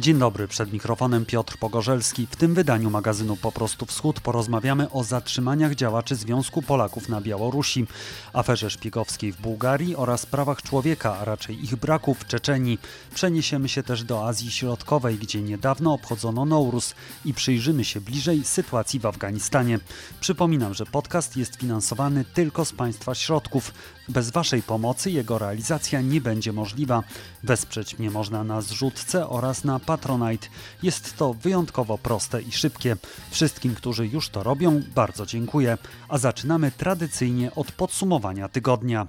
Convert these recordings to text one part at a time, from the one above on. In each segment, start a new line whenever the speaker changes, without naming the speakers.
Dzień dobry, przed mikrofonem Piotr Pogorzelski. W tym wydaniu magazynu Po prostu Wschód porozmawiamy o zatrzymaniach działaczy Związku Polaków na Białorusi, aferze szpiegowskiej w Bułgarii oraz prawach człowieka, a raczej ich braku w Czeczenii. Przeniesiemy się też do Azji Środkowej, gdzie niedawno obchodzono Nowruz i przyjrzymy się bliżej sytuacji w Afganistanie. Przypominam, że podcast jest finansowany tylko z Państwa środków. Bez Waszej pomocy jego realizacja nie będzie możliwa. Wesprzeć mnie można na zrzutce oraz na Patronite. Jest to wyjątkowo proste i szybkie. Wszystkim, którzy już to robią, bardzo dziękuję. A zaczynamy tradycyjnie od podsumowania tygodnia.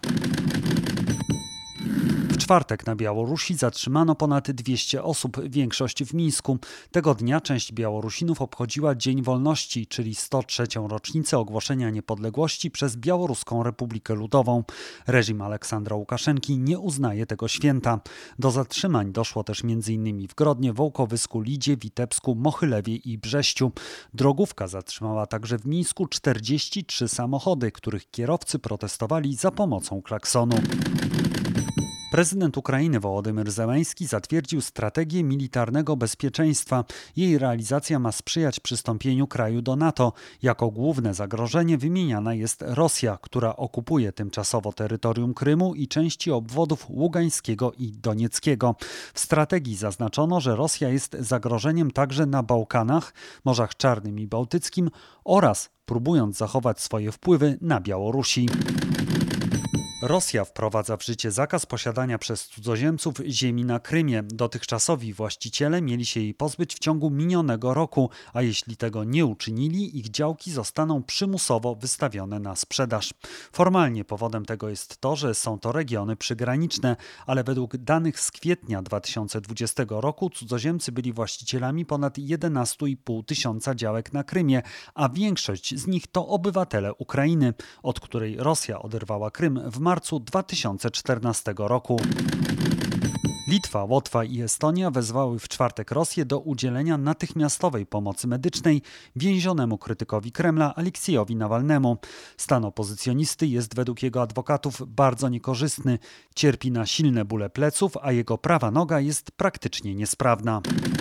W czwartek na Białorusi zatrzymano ponad 200 osób, większość w Mińsku. Tego dnia część Białorusinów obchodziła Dzień Wolności, czyli 103. rocznicę ogłoszenia niepodległości przez Białoruską Republikę Ludową. Reżim Aleksandra Łukaszenki nie uznaje tego święta. Do zatrzymań doszło też m.in. w Grodnie, Wołkowysku, Lidzie, Witebsku, Mochylewie i Brześciu. Drogówka zatrzymała także w Mińsku 43 samochody, których kierowcy protestowali za pomocą klaksonu. Prezydent Ukrainy Wołodymyr Zełenski zatwierdził strategię militarnego bezpieczeństwa. Jej realizacja ma sprzyjać przystąpieniu kraju do NATO. Jako główne zagrożenie wymieniana jest Rosja, która okupuje tymczasowo terytorium Krymu i części obwodów Ługańskiego i Donieckiego. W strategii zaznaczono, że Rosja jest zagrożeniem także na Bałkanach, Morzach Czarnym i Bałtyckim oraz próbując zachować swoje wpływy na Białorusi. Rosja wprowadza w życie zakaz posiadania przez cudzoziemców ziemi na Krymie. Dotychczasowi właściciele mieli się jej pozbyć w ciągu minionego roku, a jeśli tego nie uczynili, ich działki zostaną przymusowo wystawione na sprzedaż. Formalnie powodem tego jest to, że są to regiony przygraniczne, ale według danych z kwietnia 2020 roku cudzoziemcy byli właścicielami ponad 11,5 tysiąca działek na Krymie, a większość z nich to obywatele Ukrainy, od której Rosja oderwała Krym w marcu 2014 roku. Litwa, Łotwa i Estonia wezwały w czwartek Rosję do udzielenia natychmiastowej pomocy medycznej więzionemu krytykowi Kremla Aleksiejowi Nawalnemu. Stan opozycjonisty jest według jego adwokatów bardzo niekorzystny. Cierpi na silne bóle pleców, a jego prawa noga jest praktycznie niesprawna.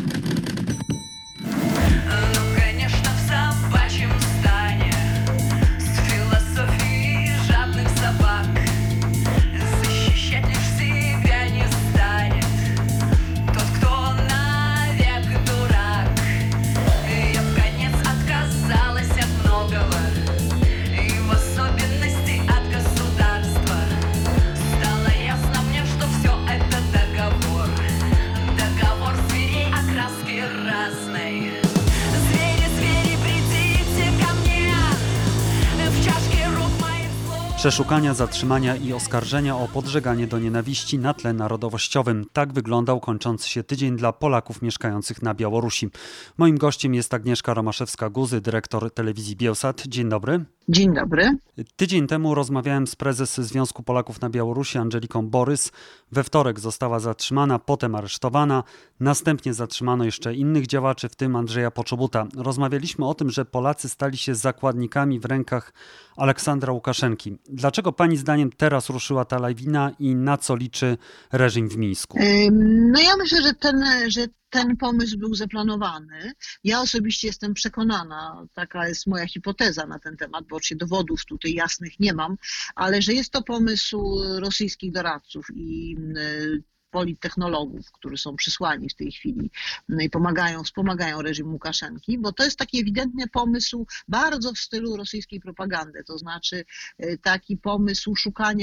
Przeszukania, zatrzymania i oskarżenia o podżeganie do nienawiści na tle narodowościowym. Tak wyglądał kończący się tydzień dla Polaków mieszkających na Białorusi. Moim gościem jest Agnieszka Romaszewska-Guzy, dyrektor telewizji Biełsat. Dzień dobry.
Dzień dobry.
Tydzień temu rozmawiałem z prezes Związku Polaków na Białorusi Andżeliką Borys. We wtorek została zatrzymana, potem aresztowana. Następnie zatrzymano jeszcze innych działaczy, w tym Andrzeja Poczobuta. Rozmawialiśmy o tym, że Polacy stali się zakładnikami w rękach Aleksandra Łukaszenki. Dlaczego pani zdaniem teraz ruszyła ta lawina i na co liczy reżim w Mińsku?
No ja myślę, że ten pomysł był zaplanowany. Ja osobiście jestem przekonana, taka jest moja hipoteza na ten temat, bo oczywiście dowodów tutaj jasnych nie mam, ale że jest to pomysł rosyjskich doradców i polittechnologów, którzy są przysłani w tej chwili i wspomagają reżim Łukaszenki, bo to jest taki ewidentny pomysł bardzo w stylu rosyjskiej propagandy, to znaczy taki pomysł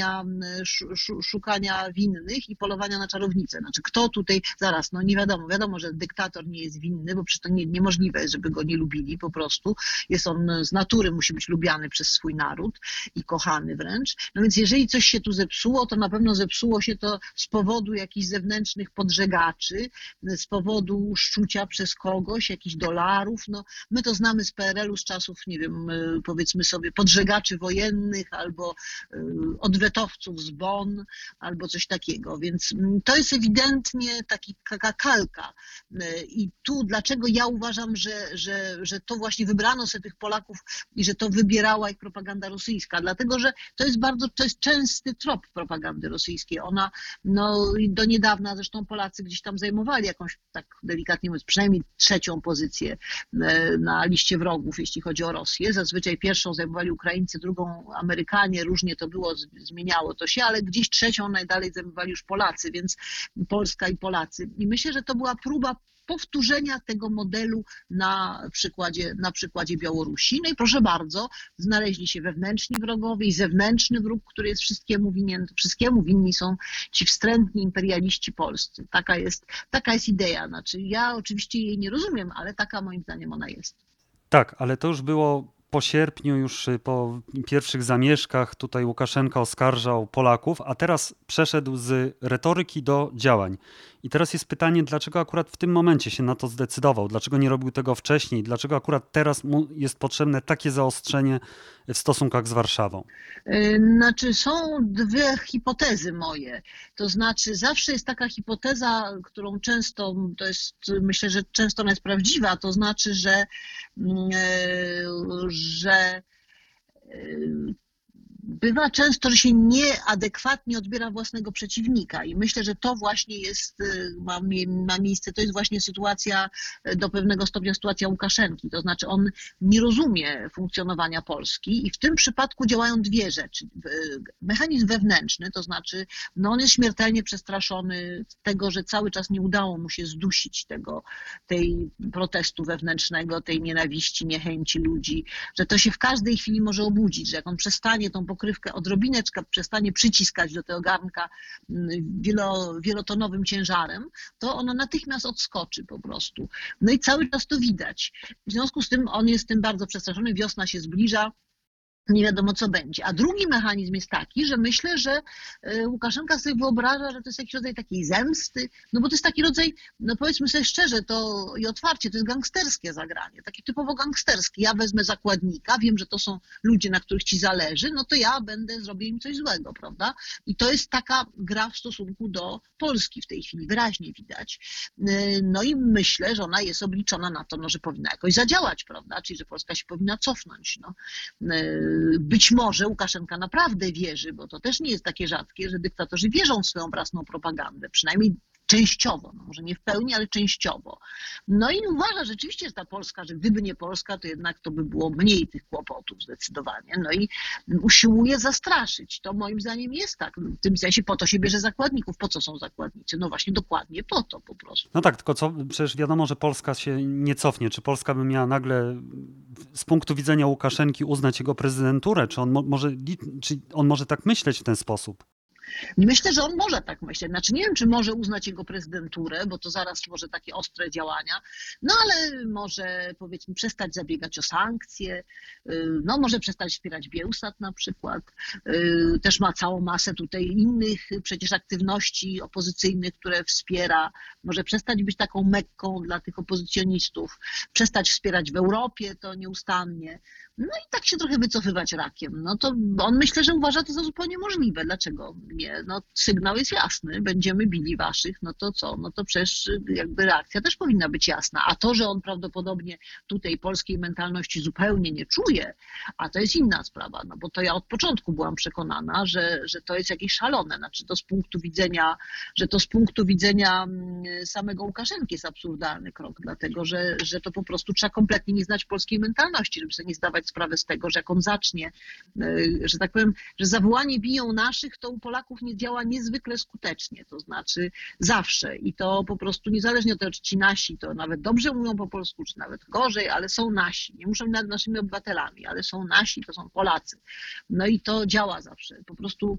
szukania winnych i polowania na czarownicę. Znaczy kto tutaj, zaraz, no nie wiadomo, że dyktator nie jest winny, bo przecież to niemożliwe jest, żeby go nie lubili po prostu. Jest on z natury, musi być lubiany przez swój naród i kochany wręcz. No więc jeżeli coś się tu zepsuło, to na pewno zepsuło się to z powodu jakichś zewnętrznych podżegaczy, z powodu szczucia przez kogoś, jakichś dolarów. No, my to znamy z PRL-u, z czasów, nie wiem, powiedzmy sobie, podżegaczy wojennych albo odwetowców z Bonn, albo coś takiego. Więc to jest ewidentnie taka kalka. I tu dlaczego ja uważam, że to właśnie wybrano sobie tych Polaków i że to wybierała ich propaganda rosyjska. Dlatego, że to jest częsty trop propagandy rosyjskiej. Ona, no, do niedawna zresztą Polacy gdzieś tam zajmowali jakąś, tak delikatnie mówiąc, przynajmniej trzecią pozycję na liście wrogów, jeśli chodzi o Rosję. Zazwyczaj pierwszą zajmowali Ukraińcy, drugą Amerykanie, różnie to było, zmieniało to się, ale gdzieś trzecią najdalej zajmowali już Polacy, więc Polska i Polacy. I myślę, że to była próba powtórzenia tego modelu na przykładzie Białorusi. No i proszę bardzo, znaleźli się wewnętrzni wrogowie i zewnętrzny wróg, który jest wszystkiemu winien. Wszystkiemu winni są ci wstrętni imperialiści polscy. Taka jest idea. Znaczy, ja oczywiście jej nie rozumiem, ale taka moim zdaniem ona jest.
Tak, ale to już było po sierpniu, już po pierwszych zamieszkach. Tutaj Łukaszenka oskarżał Polaków, a teraz przeszedł z retoryki do działań. I teraz jest pytanie, dlaczego akurat w tym momencie się na to zdecydował? Dlaczego nie robił tego wcześniej? Dlaczego akurat teraz mu jest potrzebne takie zaostrzenie w stosunkach z Warszawą?
Znaczy, są dwie hipotezy moje. To znaczy, zawsze jest taka hipoteza, którą często, myślę, że często ona jest prawdziwa, to znaczy, że bywa często, że się nieadekwatnie odbiera własnego przeciwnika i myślę, że to właśnie ma miejsce, to jest właśnie sytuacja, do pewnego stopnia sytuacja Łukaszenki, to znaczy on nie rozumie funkcjonowania Polski i w tym przypadku działają dwie rzeczy. Mechanizm wewnętrzny, to znaczy on jest śmiertelnie przestraszony tego, że cały czas nie udało mu się zdusić tej protestu wewnętrznego, tej nienawiści, niechęci ludzi, że to się w każdej chwili może obudzić, że jak on przestanie tą pokrywkę odrobineczkę przestanie przyciskać do tego garnka wielotonowym ciężarem, to ono natychmiast odskoczy po prostu. No i cały czas to widać. W związku z tym on jest tym bardzo przestraszony, wiosna się zbliża, nie wiadomo co będzie. A drugi mechanizm jest taki, że myślę, że Łukaszenka sobie wyobraża, że to jest jakiś rodzaj takiej zemsty, no bo to jest taki rodzaj, no powiedzmy sobie szczerze to i otwarcie, to jest gangsterskie zagranie, takie typowo gangsterskie. Ja wezmę zakładnika, wiem, że to są ludzie, na których ci zależy, no to ja zrobię im coś złego, prawda? I to jest taka gra w stosunku do Polski w tej chwili, wyraźnie widać. No i myślę, że ona jest obliczona na to, no, że powinna jakoś zadziałać, prawda? Czyli, że Polska się powinna cofnąć, no. Być może Łukaszenka naprawdę wierzy, bo to też nie jest takie rzadkie, że dyktatorzy wierzą w swoją własną propagandę, przynajmniej częściowo, no może nie w pełni, ale częściowo. No i uważa rzeczywiście, że ta Polska, że gdyby nie Polska, to jednak to by było mniej tych kłopotów zdecydowanie. No i usiłuje zastraszyć. To moim zdaniem jest tak. W tym sensie po to się bierze zakładników. Po co są zakładnicy? No właśnie dokładnie po to po prostu.
No tak, tylko co, przecież wiadomo, że Polska się nie cofnie. Czy Polska by miała nagle z punktu widzenia Łukaszenki uznać jego prezydenturę? Czy on może tak myśleć w ten sposób?
Myślę, że on może tak myśleć. Znaczy nie wiem, czy może uznać jego prezydenturę, bo to zaraz może takie ostre działania, no ale może powiedzmy przestać zabiegać o sankcje, no może przestać wspierać Biełsat na przykład. Też ma całą masę tutaj innych przecież aktywności opozycyjnych, które wspiera. Może przestać być taką Mekką dla tych opozycjonistów, przestać wspierać w Europie to nieustannie. No i tak się trochę wycofywać rakiem. No to on myślę, że uważa to za zupełnie możliwe. Dlaczego nie? No sygnał jest jasny, będziemy bili waszych, no to co? No to przecież jakby reakcja też powinna być jasna. A to, że on prawdopodobnie tutaj polskiej mentalności zupełnie nie czuje, a to jest inna sprawa, no bo to ja od początku byłam przekonana, że to jest jakieś szalone. Znaczy to z punktu widzenia samego Łukaszenki jest absurdalny krok, dlatego że to po prostu trzeba kompletnie nie znać polskiej mentalności, żeby sobie nie zdawać sprawę z tego, że jak on zacznie, że tak powiem, że zawołanie biją naszych, to u Polaków nie działa niezwykle skutecznie, to znaczy zawsze i to po prostu niezależnie od tego, czy ci nasi to nawet dobrze mówią po polsku, czy nawet gorzej, ale są nasi, nie muszą być nawet naszymi obywatelami, ale są nasi, to są Polacy. No i to działa zawsze, po prostu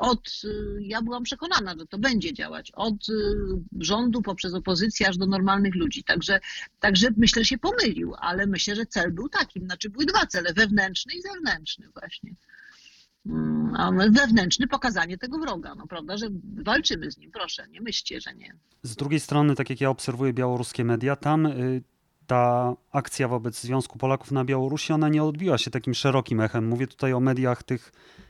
ja byłam przekonana, że to będzie działać od rządu poprzez opozycję aż do normalnych ludzi. Także myślę, że się pomylił, ale myślę, że cel był takim. Znaczy były dwa cele, wewnętrzny i zewnętrzny właśnie. A wewnętrzny pokazanie tego wroga, no prawda, że walczymy z nim, proszę, nie myślcie, że nie.
Z drugiej strony, tak jak ja obserwuję białoruskie media, tam ta akcja wobec Związku Polaków na Białorusi, ona nie odbiła się takim szerokim echem. Mówię tutaj o mediach tych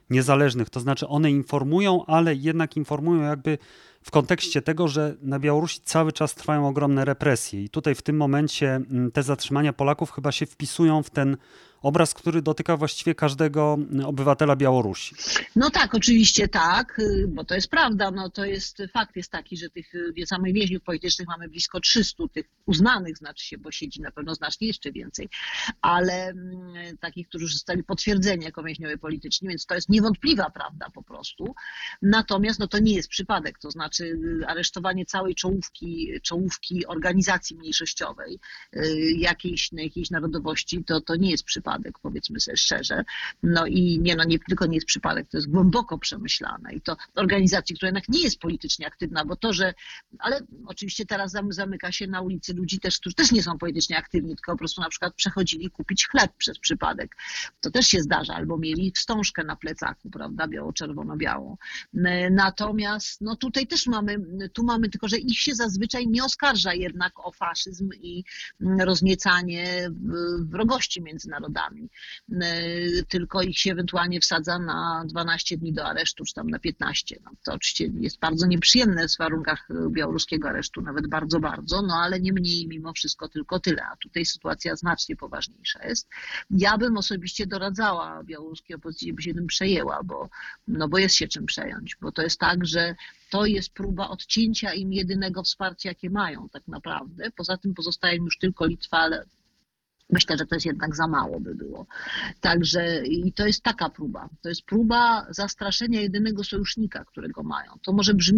niezależnych, to znaczy one informują, ale jednak informują jakby w kontekście tego, że na Białorusi cały czas trwają ogromne represje i tutaj w tym momencie te zatrzymania Polaków chyba się wpisują w ten obraz, który dotyka właściwie każdego obywatela Białorusi.
No tak, oczywiście tak, bo to jest prawda. No to jest, fakt jest taki, że tych samych więźniów politycznych mamy blisko 300, tych uznanych znaczy się, bo siedzi na pewno znacznie jeszcze więcej, ale takich, którzy już zostali potwierdzeni jako więźniowie polityczni, więc to jest niewątpliwa prawda po prostu. Natomiast no to nie jest przypadek, to znaczy aresztowanie całej czołówki organizacji mniejszościowej jakiejś narodowości, to nie jest przypadek, powiedzmy sobie szczerze. No i nie tylko nie jest przypadek, to jest głęboko przemyślane i to organizacji, która jednak nie jest politycznie aktywna, bo to, że, ale oczywiście teraz zamyka się na ulicy ludzi też, którzy też nie są politycznie aktywni, tylko po prostu na przykład przechodzili kupić chleb przez przypadek. To też się zdarza, albo mieli wstążkę na plecaku, prawda, biało-czerwono-białą. Natomiast no tutaj też mamy tylko, że ich się zazwyczaj nie oskarża jednak o faszyzm i rozniecanie wrogości między narodami, tylko ich się ewentualnie wsadza na 12 dni do aresztu, czy tam na 15. No, to oczywiście jest bardzo nieprzyjemne w warunkach białoruskiego aresztu, nawet bardzo, no ale niemniej mimo wszystko tylko tyle, a tutaj sytuacja znacznie poważniejsza jest. Ja bym osobiście doradzała białoruskiej opozycji, żeby się tym przejęła, bo jest się czym przejąć, bo to jest tak, że to jest próba odcięcia im jedynego wsparcia, jakie mają tak naprawdę. Poza tym pozostaje im już tylko Litwa, ale myślę, że to jest jednak za mało by było. Także i to jest taka próba. To jest próba zastraszenia jedynego sojusznika, którego mają. To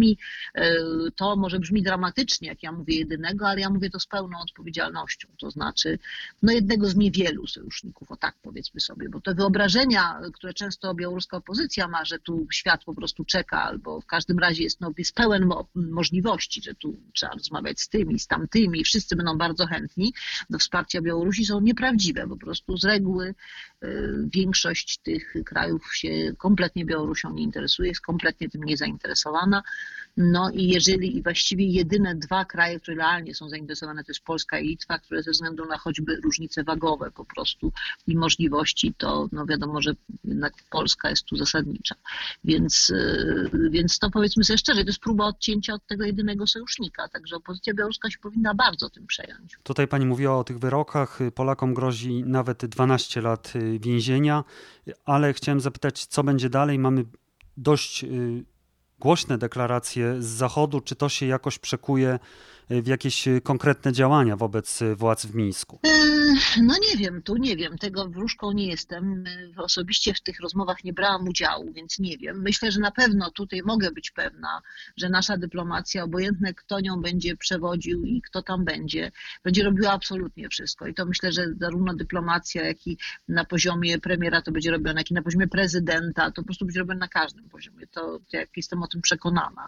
może brzmi dramatycznie, jak ja mówię jedynego, ale ja mówię to z pełną odpowiedzialnością. To znaczy jednego z niewielu sojuszników, o tak powiedzmy sobie, bo te wyobrażenia, które często białoruska opozycja ma, że tu świat po prostu czeka, albo w każdym razie jest pełen możliwości, że tu trzeba rozmawiać z tymi, z tamtymi, wszyscy będą bardzo chętni do wsparcia Białorusi, są nieprawdziwe. Po prostu z reguły większość tych krajów się kompletnie Białorusią nie interesuje, jest kompletnie tym niezainteresowana. No i właściwie jedyne dwa kraje, które realnie są zainteresowane, to jest Polska i Litwa, które ze względu na choćby różnice wagowe po prostu i możliwości, to wiadomo, że jednak Polska jest tu zasadnicza. Więc to powiedzmy sobie szczerze, to jest próba odcięcia od tego jedynego sojusznika, także opozycja białoruska się powinna bardzo tym przejąć.
Tutaj pani mówiła o tych wyrokach, Polakom grozi nawet 12 lat więzienia, ale chciałem zapytać, co będzie dalej? Mamy dość głośne deklaracje z Zachodu, czy to się jakoś przekuje w jakieś konkretne działania wobec władz w Mińsku?
No nie wiem, tego wróżką nie jestem. Osobiście w tych rozmowach nie brałam udziału, więc nie wiem. Myślę, że na pewno tutaj mogę być pewna, że nasza dyplomacja, obojętne kto nią będzie przewodził i kto tam będzie robiła absolutnie wszystko. I to myślę, że zarówno dyplomacja, jak i na poziomie premiera to będzie robione, jak i na poziomie prezydenta, to po prostu będzie robione na każdym poziomie. To jak jestem o tym przekonana,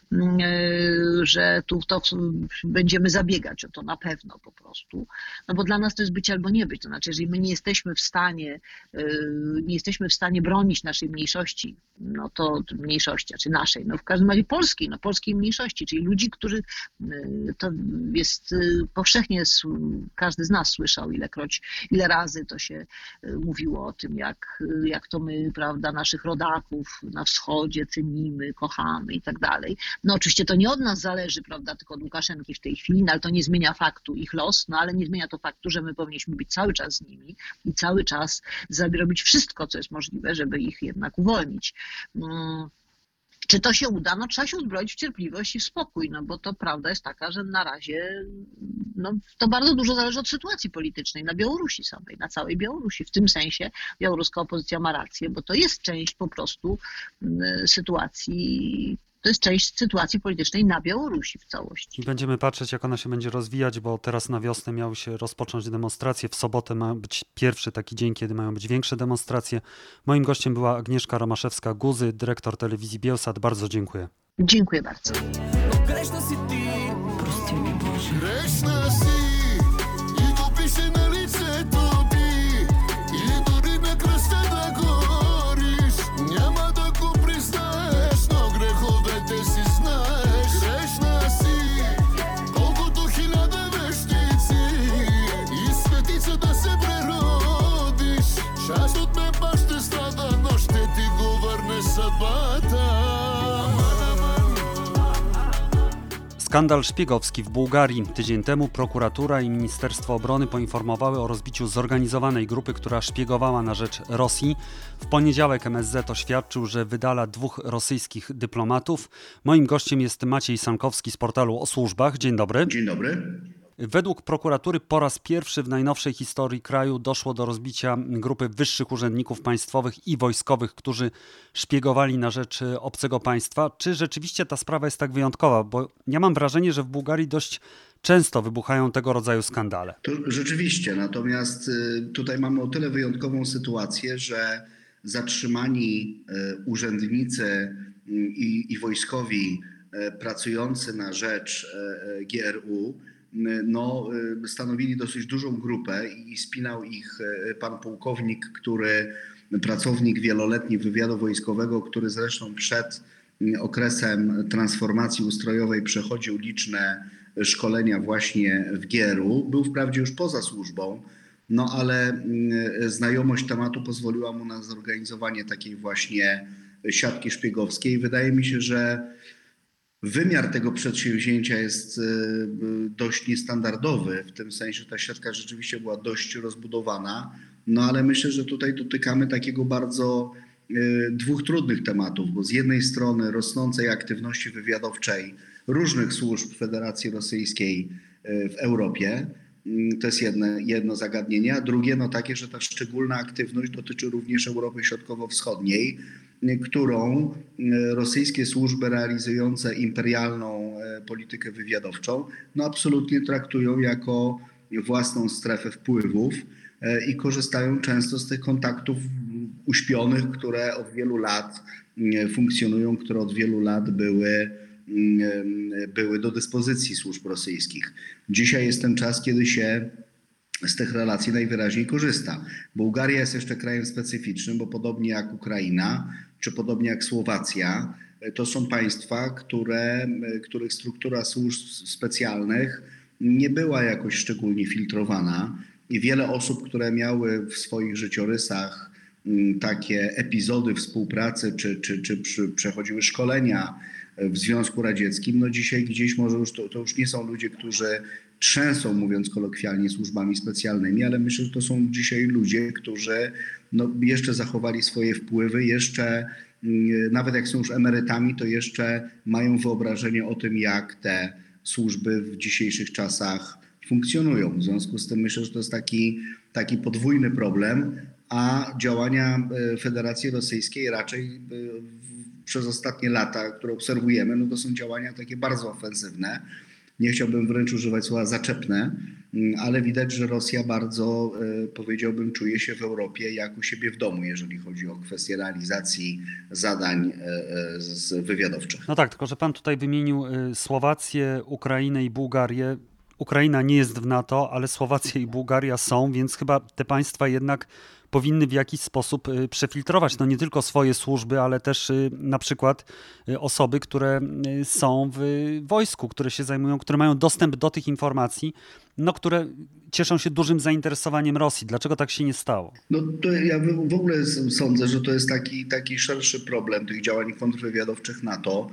że tu będziemy zabiegać o to na pewno po prostu. No bo dla nas to jest być albo nie być. To znaczy, jeżeli my nie jesteśmy w stanie bronić naszej mniejszości, no to mniejszości, czy naszej, no w każdym razie polskiej mniejszości, czyli ludzi, którzy to jest powszechnie, każdy z nas słyszał ile razy to się mówiło o tym, jak to my, prawda, naszych rodaków na wschodzie cenimy, kochamy i tak dalej. No oczywiście to nie od nas zależy, prawda, tylko od Łukaszenki w tej chwili, no, ale to nie zmienia faktu ich los, no ale nie zmienia to faktu, że my powinniśmy być cały czas z nimi i cały czas robić wszystko, co jest możliwe, żeby ich jednak uwolnić. Czy to się uda? No trzeba się uzbroić w cierpliwość i w spokój, no bo to prawda jest taka, że na razie to bardzo dużo zależy od sytuacji politycznej na Białorusi samej, na całej Białorusi. W tym sensie białoruska opozycja ma rację, bo to jest część po prostu sytuacji. To jest część sytuacji politycznej na Białorusi w całości.
I będziemy patrzeć, jak ona się będzie rozwijać, bo teraz na wiosnę miały się rozpocząć demonstracje. W sobotę ma być pierwszy taki dzień, kiedy mają być większe demonstracje. Moim gościem była Agnieszka Romaszewska-Guzy, dyrektor telewizji Bielsat. Bardzo dziękuję.
Dziękuję bardzo.
Час тут не бачите страда, но ж ти говор
Skandal szpiegowski w Bułgarii. Tydzień temu prokuratura i Ministerstwo Obrony poinformowały o rozbiciu zorganizowanej grupy, która szpiegowała na rzecz Rosji. W poniedziałek MSZ oświadczył, że wydala 2 rosyjskich dyplomatów. Moim gościem jest Maciej Sankowski z portalu o służbach. Dzień dobry.
Dzień dobry.
Według prokuratury po raz pierwszy w najnowszej historii kraju doszło do rozbicia grupy wyższych urzędników państwowych i wojskowych, którzy szpiegowali na rzecz obcego państwa. Czy rzeczywiście ta sprawa jest tak wyjątkowa? Bo ja mam wrażenie, że w Bułgarii dość często wybuchają tego rodzaju skandale.
To rzeczywiście, natomiast tutaj mamy o tyle wyjątkową sytuację, że zatrzymani urzędnicy i wojskowi pracujący na rzecz GRU stanowili dosyć dużą grupę i spinał ich pan pułkownik, pracownik wieloletni wywiadu wojskowego, który zresztą przed okresem transformacji ustrojowej przechodził liczne szkolenia właśnie w GRU. Był wprawdzie już poza służbą, ale znajomość tematu pozwoliła mu na zorganizowanie takiej właśnie siatki szpiegowskiej. Wydaje mi się, że wymiar tego przedsięwzięcia jest dość niestandardowy, w tym sensie, że ta siatka rzeczywiście była dość rozbudowana, ale myślę, że tutaj dotykamy takiego bardzo 2 trudnych tematów, bo z jednej strony rosnącej aktywności wywiadowczej różnych służb Federacji Rosyjskiej w Europie, to jest jedno zagadnienie, a drugie takie, że ta szczególna aktywność dotyczy również Europy Środkowo-Wschodniej, którą rosyjskie służby realizujące imperialną politykę wywiadowczą absolutnie traktują jako własną strefę wpływów i korzystają często z tych kontaktów uśpionych, które od wielu lat funkcjonują, które od wielu lat były do dyspozycji służb rosyjskich. Dzisiaj jest ten czas, kiedy się z tych relacji najwyraźniej korzysta. Bułgaria jest jeszcze krajem specyficznym, bo podobnie jak Ukraina, czy podobnie jak Słowacja, to są państwa, których struktura służb specjalnych nie była jakoś szczególnie filtrowana i wiele osób, które miały w swoich życiorysach takie epizody współpracy, czy przechodziły szkolenia w Związku Radzieckim, dzisiaj gdzieś może to już nie są ludzie, którzy trzęsą, mówiąc kolokwialnie, służbami specjalnymi, ale myślę, że to są dzisiaj ludzie, którzy jeszcze zachowali swoje wpływy, jeszcze nawet jak są już emerytami, to jeszcze mają wyobrażenie o tym, jak te służby w dzisiejszych czasach funkcjonują. W związku z tym myślę, że to jest taki podwójny problem, a działania Federacji Rosyjskiej raczej przez ostatnie lata, które obserwujemy, to są działania takie bardzo ofensywne. Nie chciałbym wręcz używać słowa zaczepne, ale widać, że Rosja bardzo, powiedziałbym, czuje się w Europie jak u siebie w domu, jeżeli chodzi o kwestię realizacji zadań wywiadowczych.
No tak, tylko że pan tutaj wymienił Słowację, Ukrainę i Bułgarię. Ukraina nie jest w NATO, ale Słowacja i Bułgaria są, więc chyba te państwa jednak powinny w jakiś sposób przefiltrować nie tylko swoje służby, ale też na przykład osoby, które są w wojsku, które się zajmują, które mają dostęp do tych informacji, które cieszą się dużym zainteresowaniem Rosji. Dlaczego tak się nie stało?
To ja w ogóle sądzę, że to jest taki szerszy problem tych działań kontrwywiadowczych NATO.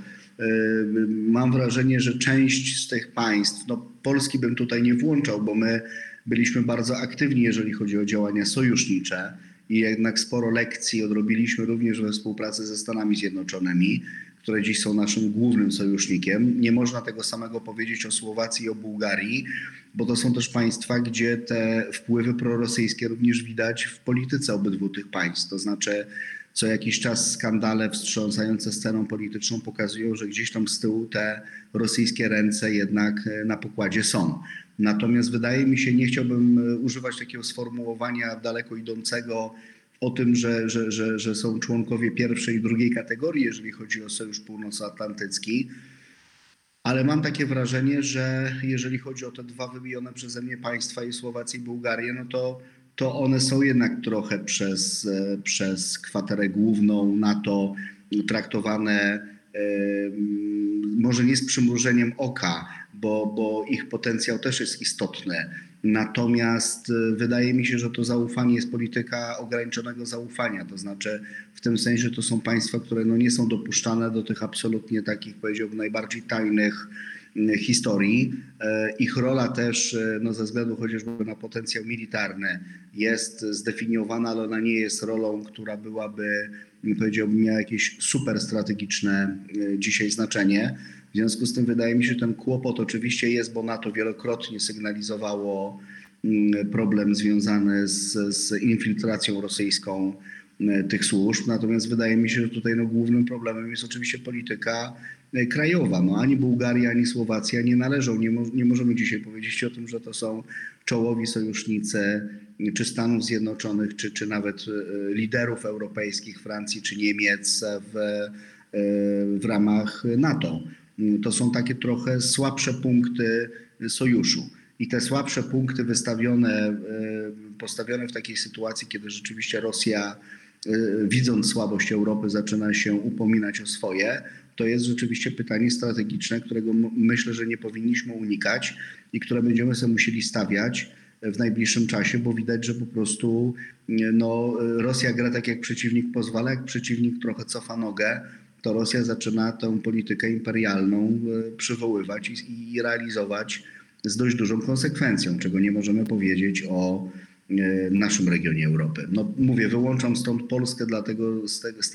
Mam wrażenie, że część z tych państw, Polski bym tutaj nie włączał, bo my byliśmy bardzo aktywni, jeżeli chodzi o działania sojusznicze i jednak sporo lekcji odrobiliśmy również we współpracy ze Stanami Zjednoczonymi, które dziś są naszym głównym sojusznikiem. Nie można tego samego powiedzieć o Słowacji i o Bułgarii, bo to są też państwa, gdzie te wpływy prorosyjskie również widać w polityce obydwu tych państw. To znaczy co jakiś czas skandale wstrząsające sceną polityczną pokazują, że gdzieś tam z tyłu te rosyjskie ręce jednak na pokładzie są. Natomiast wydaje mi się, nie chciałbym używać takiego sformułowania daleko idącego o tym, że są członkowie pierwszej i drugiej kategorii, jeżeli chodzi o Sojusz Północnoatlantycki, ale mam takie wrażenie, że jeżeli chodzi o te 2 wymienione przeze mnie państwa, i Słowację i Bułgarię, to one są jednak trochę przez kwaterę główną NATO traktowane może nie z przymrużeniem oka, bo ich potencjał też jest istotny. Natomiast wydaje mi się, że to zaufanie jest polityka ograniczonego zaufania. To znaczy w tym sensie, że to są państwa, które nie są dopuszczane do tych absolutnie takich, powiedziałbym, najbardziej tajnych historii. Ich rola też no, ze względu chociażby na potencjał militarny jest zdefiniowana, ale ona nie jest rolą, która byłaby, powiedziałbym, miała jakieś super strategiczne dzisiaj znaczenie. W związku z tym wydaje mi się, że ten kłopot oczywiście jest, bo NATO wielokrotnie sygnalizowało problem związany z infiltracją rosyjską tych służb. Natomiast wydaje mi się, że tutaj no, głównym problemem jest oczywiście polityka krajowa. No, ani Bułgaria, ani Słowacja nie należą. Nie możemy dzisiaj powiedzieć o tym, że to są czołowi sojusznicy czy Stanów Zjednoczonych, czy nawet liderów europejskich, Francji czy Niemiec w ramach NATO. To są takie trochę słabsze punkty sojuszu. I te słabsze punkty postawione w takiej sytuacji, kiedy rzeczywiście Rosja, widząc słabość Europy, zaczyna się upominać o swoje, to jest rzeczywiście pytanie strategiczne, którego myślę, że nie powinniśmy unikać i które będziemy sobie musieli stawiać w najbliższym czasie, bo widać, że po prostu no, Rosja gra tak, jak przeciwnik pozwala, jak przeciwnik trochę cofa nogę, to Rosja zaczyna tę politykę imperialną przywoływać i realizować z dość dużą konsekwencją, czego nie możemy powiedzieć o naszym regionie Europy. No mówię, wyłączam stąd Polskę dlatego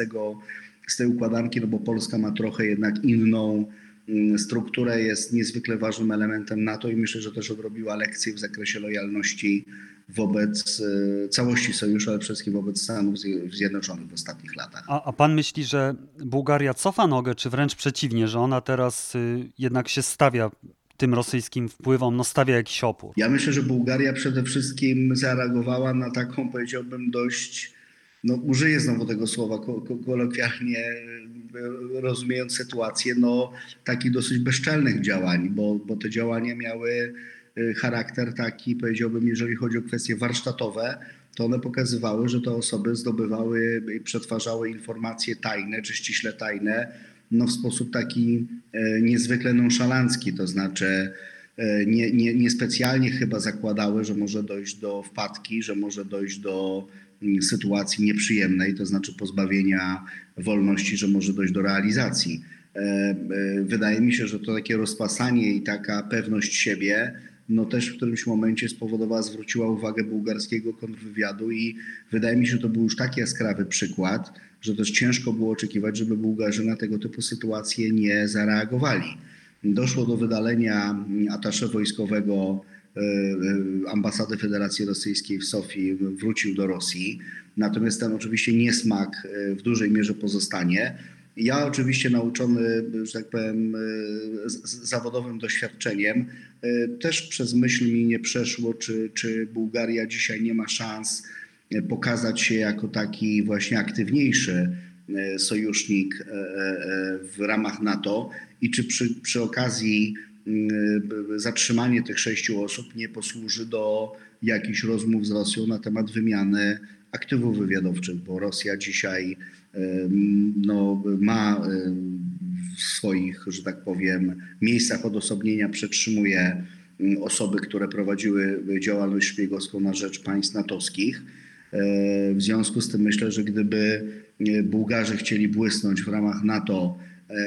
z tej układanki, no bo Polska ma trochę jednak inną strukturę, jest niezwykle ważnym elementem NATO i myślę, że też odrobiła lekcję w zakresie lojalności wobec całości sojuszu, ale przede wszystkim wobec Stanów Zjednoczonych w ostatnich latach.
A pan myśli, że Bułgaria cofa nogę, czy wręcz przeciwnie, że ona teraz jednak się stawia tym rosyjskim wpływom, no stawia jakiś opór?
Ja myślę, że Bułgaria przede wszystkim zareagowała na taką, powiedziałbym, dość, no użyję znowu tego słowa kolokwialnie rozumiejąc sytuację, no takich dosyć bezczelnych działań, bo te działania miały charakter taki, powiedziałbym, jeżeli chodzi o kwestie warsztatowe, to one pokazywały, że te osoby zdobywały i przetwarzały informacje tajne czy ściśle tajne no w sposób taki niezwykle nonszalancki, to znaczy niespecjalnie chyba zakładały, że może dojść do wpadki, że może dojść do sytuacji nieprzyjemnej, to znaczy pozbawienia wolności, że może dojść do realizacji. Wydaje mi się, że to takie rozpasanie i taka pewność siebie no też w którymś momencie spowodowała, zwróciła uwagę bułgarskiego kontrwywiadu i wydaje mi się, że to był już tak jaskrawy przykład, że też ciężko było oczekiwać, żeby Bułgarzy na tego typu sytuacje nie zareagowali. Doszło do wydalenia atasze wojskowego ambasady Federacji Rosyjskiej w Sofii, wrócił do Rosji. Natomiast ten oczywiście niesmak w dużej mierze pozostanie. Ja oczywiście nauczony, że tak powiem, zawodowym doświadczeniem, też przez myśl mi nie przeszło, czy Bułgaria dzisiaj nie ma szans pokazać się jako taki właśnie aktywniejszy sojusznik w ramach NATO i czy przy okazji zatrzymanie tych 6 osób nie posłuży do jakichś rozmów z Rosją na temat wymiany aktywów wywiadowczych, bo Rosja dzisiaj no, ma w swoich, że tak powiem, miejscach odosobnienia przetrzymuje osoby, które prowadziły działalność szpiegowską na rzecz państw natowskich. W związku z tym myślę, że gdyby Bułgarzy chcieli błysnąć w ramach NATO,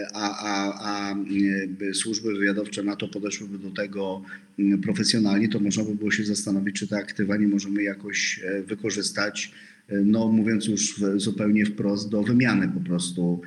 a służby wywiadowcze NATO podeszłyby do tego profesjonalnie, to można by było się zastanowić, czy te aktywa nie możemy jakoś wykorzystać, no mówiąc już zupełnie wprost, do wymiany po prostu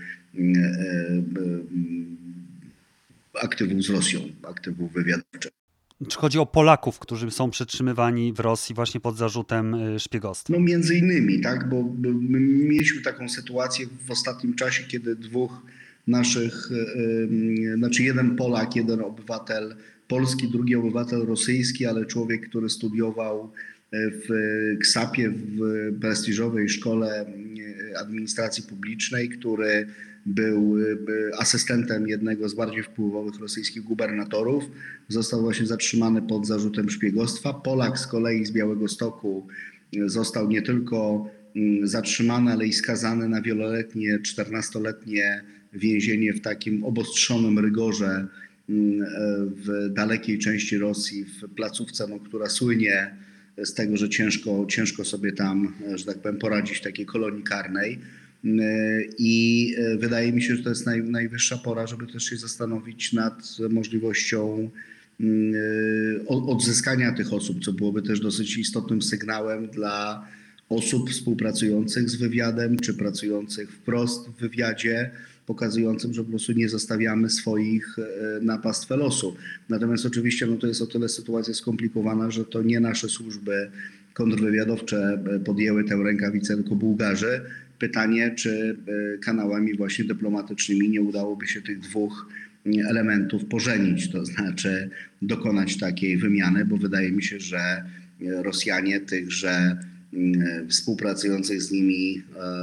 aktywów z Rosją, aktywów wywiadowczych.
Czy chodzi o Polaków, którzy są przetrzymywani w Rosji właśnie pod zarzutem szpiegostwa?
No między innymi, tak, bo my mieliśmy taką sytuację w ostatnim czasie, kiedy dwóch naszych, znaczy jeden Polak, jeden obywatel polski, drugi obywatel rosyjski, ale człowiek, który studiował w KSAP-ie, w prestiżowej szkole administracji publicznej, który był asystentem jednego z bardziej wpływowych rosyjskich gubernatorów. Został właśnie zatrzymany pod zarzutem szpiegostwa. Polak z kolei z Białegostoku został nie tylko zatrzymany, ale i skazany na wieloletnie, 14-letnie więzienie w takim obostrzonym rygorze w dalekiej części Rosji, w placówce, no, która słynie z tego, że ciężko sobie tam, że tak powiem, poradzić w takiej kolonii karnej. I wydaje mi się, że to jest najwyższa pora, żeby też się zastanowić nad możliwością odzyskania tych osób, co byłoby też dosyć istotnym sygnałem dla osób współpracujących z wywiadem, czy pracujących wprost w wywiadzie, pokazującym, że po prostu nie zostawiamy swoich na pastwę losu. Natomiast oczywiście to jest o tyle sytuacja skomplikowana, że to nie nasze służby kontrwywiadowcze podjęły tę rękawicę, tylko Bułgarzy. Pytanie, czy kanałami właśnie dyplomatycznymi nie udałoby się tych dwóch elementów pożenić, to znaczy dokonać takiej wymiany, bo wydaje mi się, że Rosjanie tychże współpracujących z nimi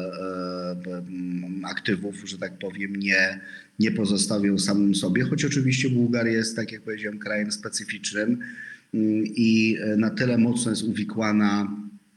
aktywów, że tak powiem, nie pozostawią samym sobie, choć oczywiście Bułgaria jest, tak jak powiedziałem, krajem specyficznym i na tyle mocno jest uwikłana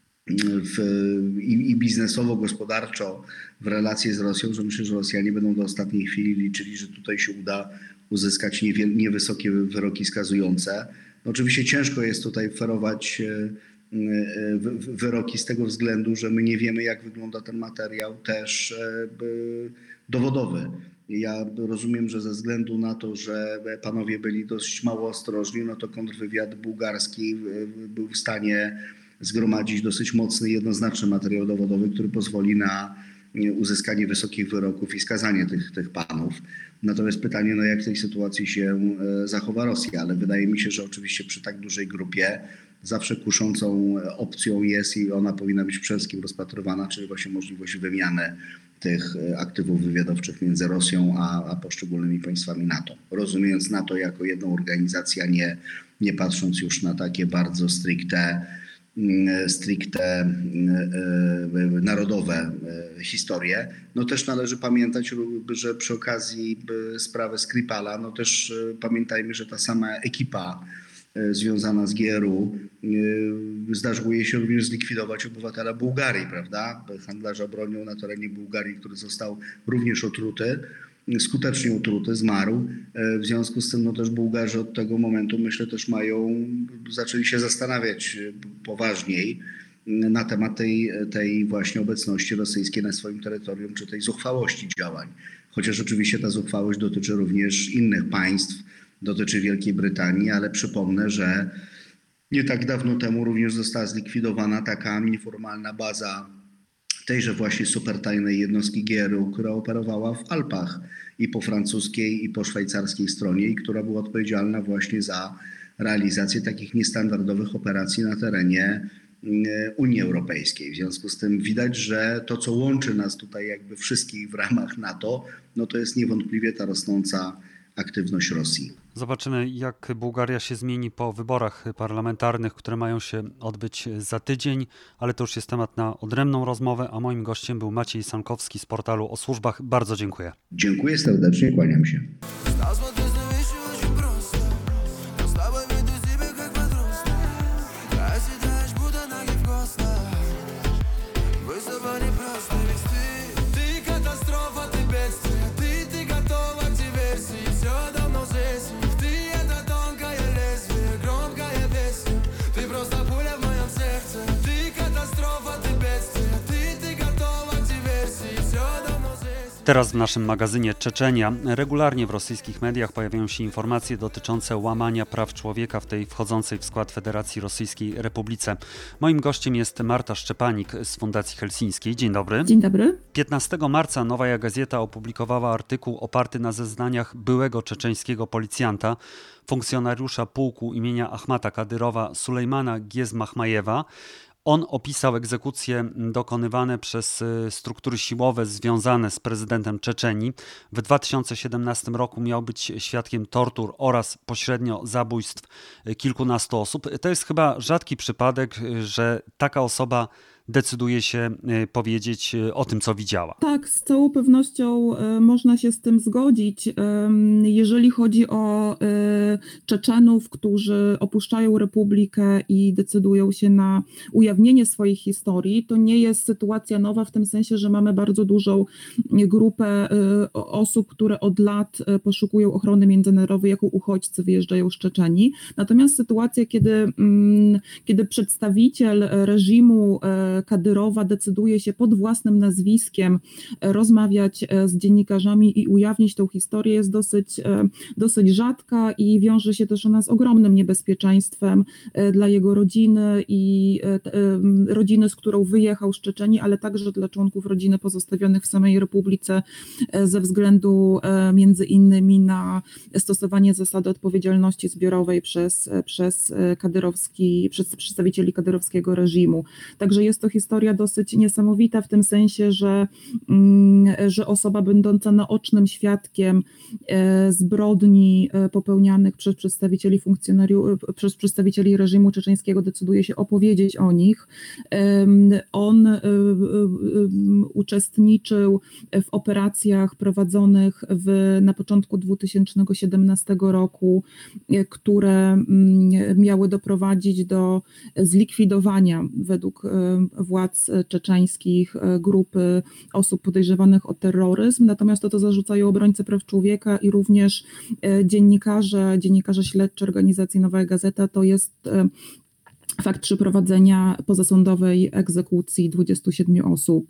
i biznesowo, gospodarczo w relacje z Rosją, że myślę, że Rosjanie będą do ostatniej chwili liczyli, że tutaj się uda uzyskać niewysokie wyroki skazujące. No oczywiście ciężko jest tutaj ferować wyroki z tego względu, że my nie wiemy, jak wygląda ten materiał też dowodowy. Ja rozumiem, że ze względu na to, że panowie byli dość mało ostrożni, no to kontrwywiad bułgarski był w stanie zgromadzić dosyć mocny, jednoznaczny materiał dowodowy, który pozwoli na uzyskanie wysokich wyroków i skazanie tych panów. Natomiast pytanie, jak w tej sytuacji się zachowa Rosja, ale wydaje mi się, że oczywiście przy tak dużej grupie zawsze kuszącą opcją jest i ona powinna być przede wszystkim rozpatrywana, czyli właśnie możliwość wymiany tych aktywów wywiadowczych między Rosją a poszczególnymi państwami NATO. Rozumiejąc NATO jako jedną organizację, a nie patrząc już na takie bardzo stricte narodowe historie. No też należy pamiętać, że przy okazji sprawy Skripala, też pamiętajmy, że ta sama ekipa związana z GRU zdarzyło jej się również zlikwidować obywatela Bułgarii, prawda? Handlarza bronią na terenie Bułgarii, który został również otruty, skutecznie otruty, zmarł. W związku z tym też Bułgarzy od tego momentu, myślę, też zaczęli się zastanawiać poważniej na temat tej właśnie obecności rosyjskiej na swoim terytorium, czy tej zuchwałości działań. Chociaż oczywiście ta zuchwałość dotyczy również innych państw, dotyczy Wielkiej Brytanii, ale przypomnę, że nie tak dawno temu również została zlikwidowana taka nieformalna baza tejże właśnie supertajnej jednostki GRU, która operowała w Alpach i po francuskiej, i po szwajcarskiej stronie i która była odpowiedzialna właśnie za realizację takich niestandardowych operacji na terenie Unii Europejskiej. W związku z tym widać, że to, co łączy nas tutaj jakby wszystkich w ramach NATO, to jest niewątpliwie ta rosnąca aktywność Rosji.
Zobaczymy, jak Bułgaria się zmieni po wyborach parlamentarnych, które mają się odbyć za tydzień, ale to już jest temat na odrębną rozmowę, a moim gościem był Maciej Sankowski z portalu o służbach. Bardzo dziękuję.
Dziękuję serdecznie, kłaniam się.
Teraz w naszym magazynie Czeczenia regularnie w rosyjskich mediach pojawiają się informacje dotyczące łamania praw człowieka w tej wchodzącej w skład Federacji Rosyjskiej Republice. Moim gościem jest Marta Szczepanik z Fundacji Helsińskiej. Dzień dobry.
Dzień dobry.
15 marca Nowaja Gazeta opublikowała artykuł oparty na zeznaniach byłego czeczeńskiego policjanta, funkcjonariusza pułku imienia Ahmata Kadyrowa Sulejmana Giezmachmajewa. On opisał egzekucje dokonywane przez struktury siłowe związane z prezydentem Czeczenii. W 2017 roku miał być świadkiem tortur oraz pośrednio zabójstw kilkunastu osób. To jest chyba rzadki przypadek, że taka osoba decyduje się powiedzieć o tym, co widziała.
Tak, z całą pewnością można się z tym zgodzić. Jeżeli chodzi o Czeczenów, którzy opuszczają Republikę i decydują się na ujawnienie swoich historii, to nie jest sytuacja nowa w tym sensie, że mamy bardzo dużą grupę osób, które od lat poszukują ochrony międzynarodowej, jako uchodźcy wyjeżdżają z Czeczenii. Natomiast sytuacja, kiedy przedstawiciel reżimu Kadyrowa decyduje się pod własnym nazwiskiem rozmawiać z dziennikarzami i ujawnić tę historię, jest dosyć rzadka i wiąże się też ona z ogromnym niebezpieczeństwem dla jego rodziny i rodziny, z którą wyjechał z Czeczenii, ale także dla członków rodziny pozostawionych w samej Republice ze względu między innymi na stosowanie zasady odpowiedzialności zbiorowej przez przedstawicieli kadyrowskiego reżimu. Także jest to historia dosyć niesamowita w tym sensie, że osoba będąca naocznym świadkiem zbrodni popełnianych przez przedstawicieli reżimu czeczeńskiego decyduje się opowiedzieć o nich. On uczestniczył w operacjach prowadzonych na początku 2017 roku, które miały doprowadzić do zlikwidowania według władz czeczeńskich grupy osób podejrzewanych o terroryzm. Natomiast to zarzucają obrońcy praw człowieka i również dziennikarze śledczy organizacji Nowa Gazeta. To jest fakt przeprowadzenia pozasądowej egzekucji 27 osób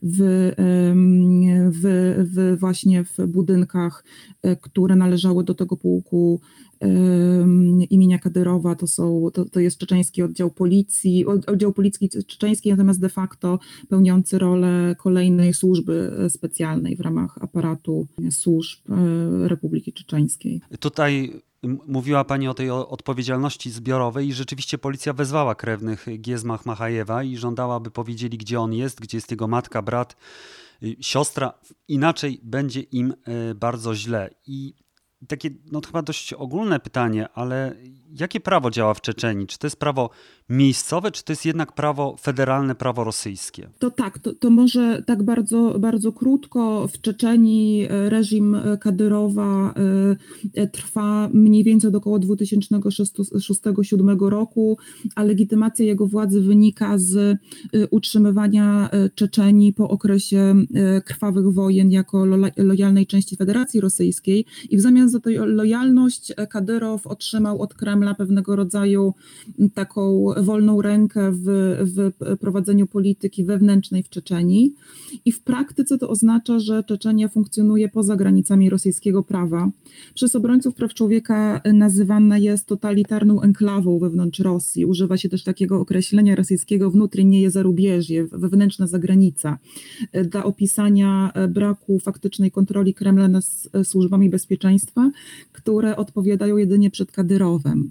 właśnie w budynkach, które należały do tego pułku imienia Kadyrowa. To jest czeczeński oddział policji czeczeńskiej, natomiast de facto pełniący rolę kolejnej służby specjalnej w ramach aparatu służb Republiki Czeczeńskiej.
Tutaj mówiła Pani o tej odpowiedzialności zbiorowej i rzeczywiście policja wezwała krewnych Giezma Machajewa i żądała, by powiedzieli, gdzie on jest, gdzie jest jego matka, brat, siostra. Inaczej będzie im bardzo źle. I takie chyba dość ogólne pytanie, ale jakie prawo działa w Czeczenii? Czy to jest prawo miejscowe, czy to jest jednak prawo federalne, prawo rosyjskie?
To może tak bardzo, bardzo krótko. W Czeczenii reżim Kadyrowa trwa mniej więcej od około 2006-2007 roku, a legitymacja jego władzy wynika z utrzymywania Czeczenii po okresie krwawych wojen jako lojalnej części Federacji Rosyjskiej i w zamian za tę lojalność Kadyrow otrzymał od Kremla pewnego rodzaju taką wolną rękę w prowadzeniu polityki wewnętrznej w Czeczenii i w praktyce to oznacza, że Czeczenia funkcjonuje poza granicami rosyjskiego prawa. Przez obrońców praw człowieka nazywana jest totalitarną enklawą wewnątrz Rosji. Używa się też takiego określenia rosyjskiego внутреннее зарубежье, wewnętrzna zagranica, dla opisania braku faktycznej kontroli Kremla nad służbami bezpieczeństwa, które odpowiadają jedynie przed Kadyrowem.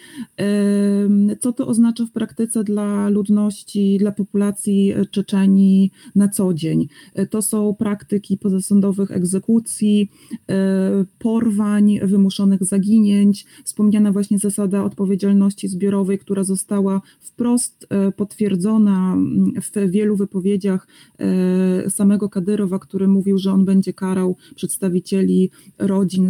Co to oznacza w praktyce dla ludności, dla populacji Czeczenii na co dzień? To są praktyki pozasądowych egzekucji, porwań, wymuszonych zaginięć, wspomniana właśnie zasada odpowiedzialności zbiorowej, która została wprost potwierdzona w wielu wypowiedziach samego Kadyrowa, który mówił, że on będzie karał przedstawicieli rodzin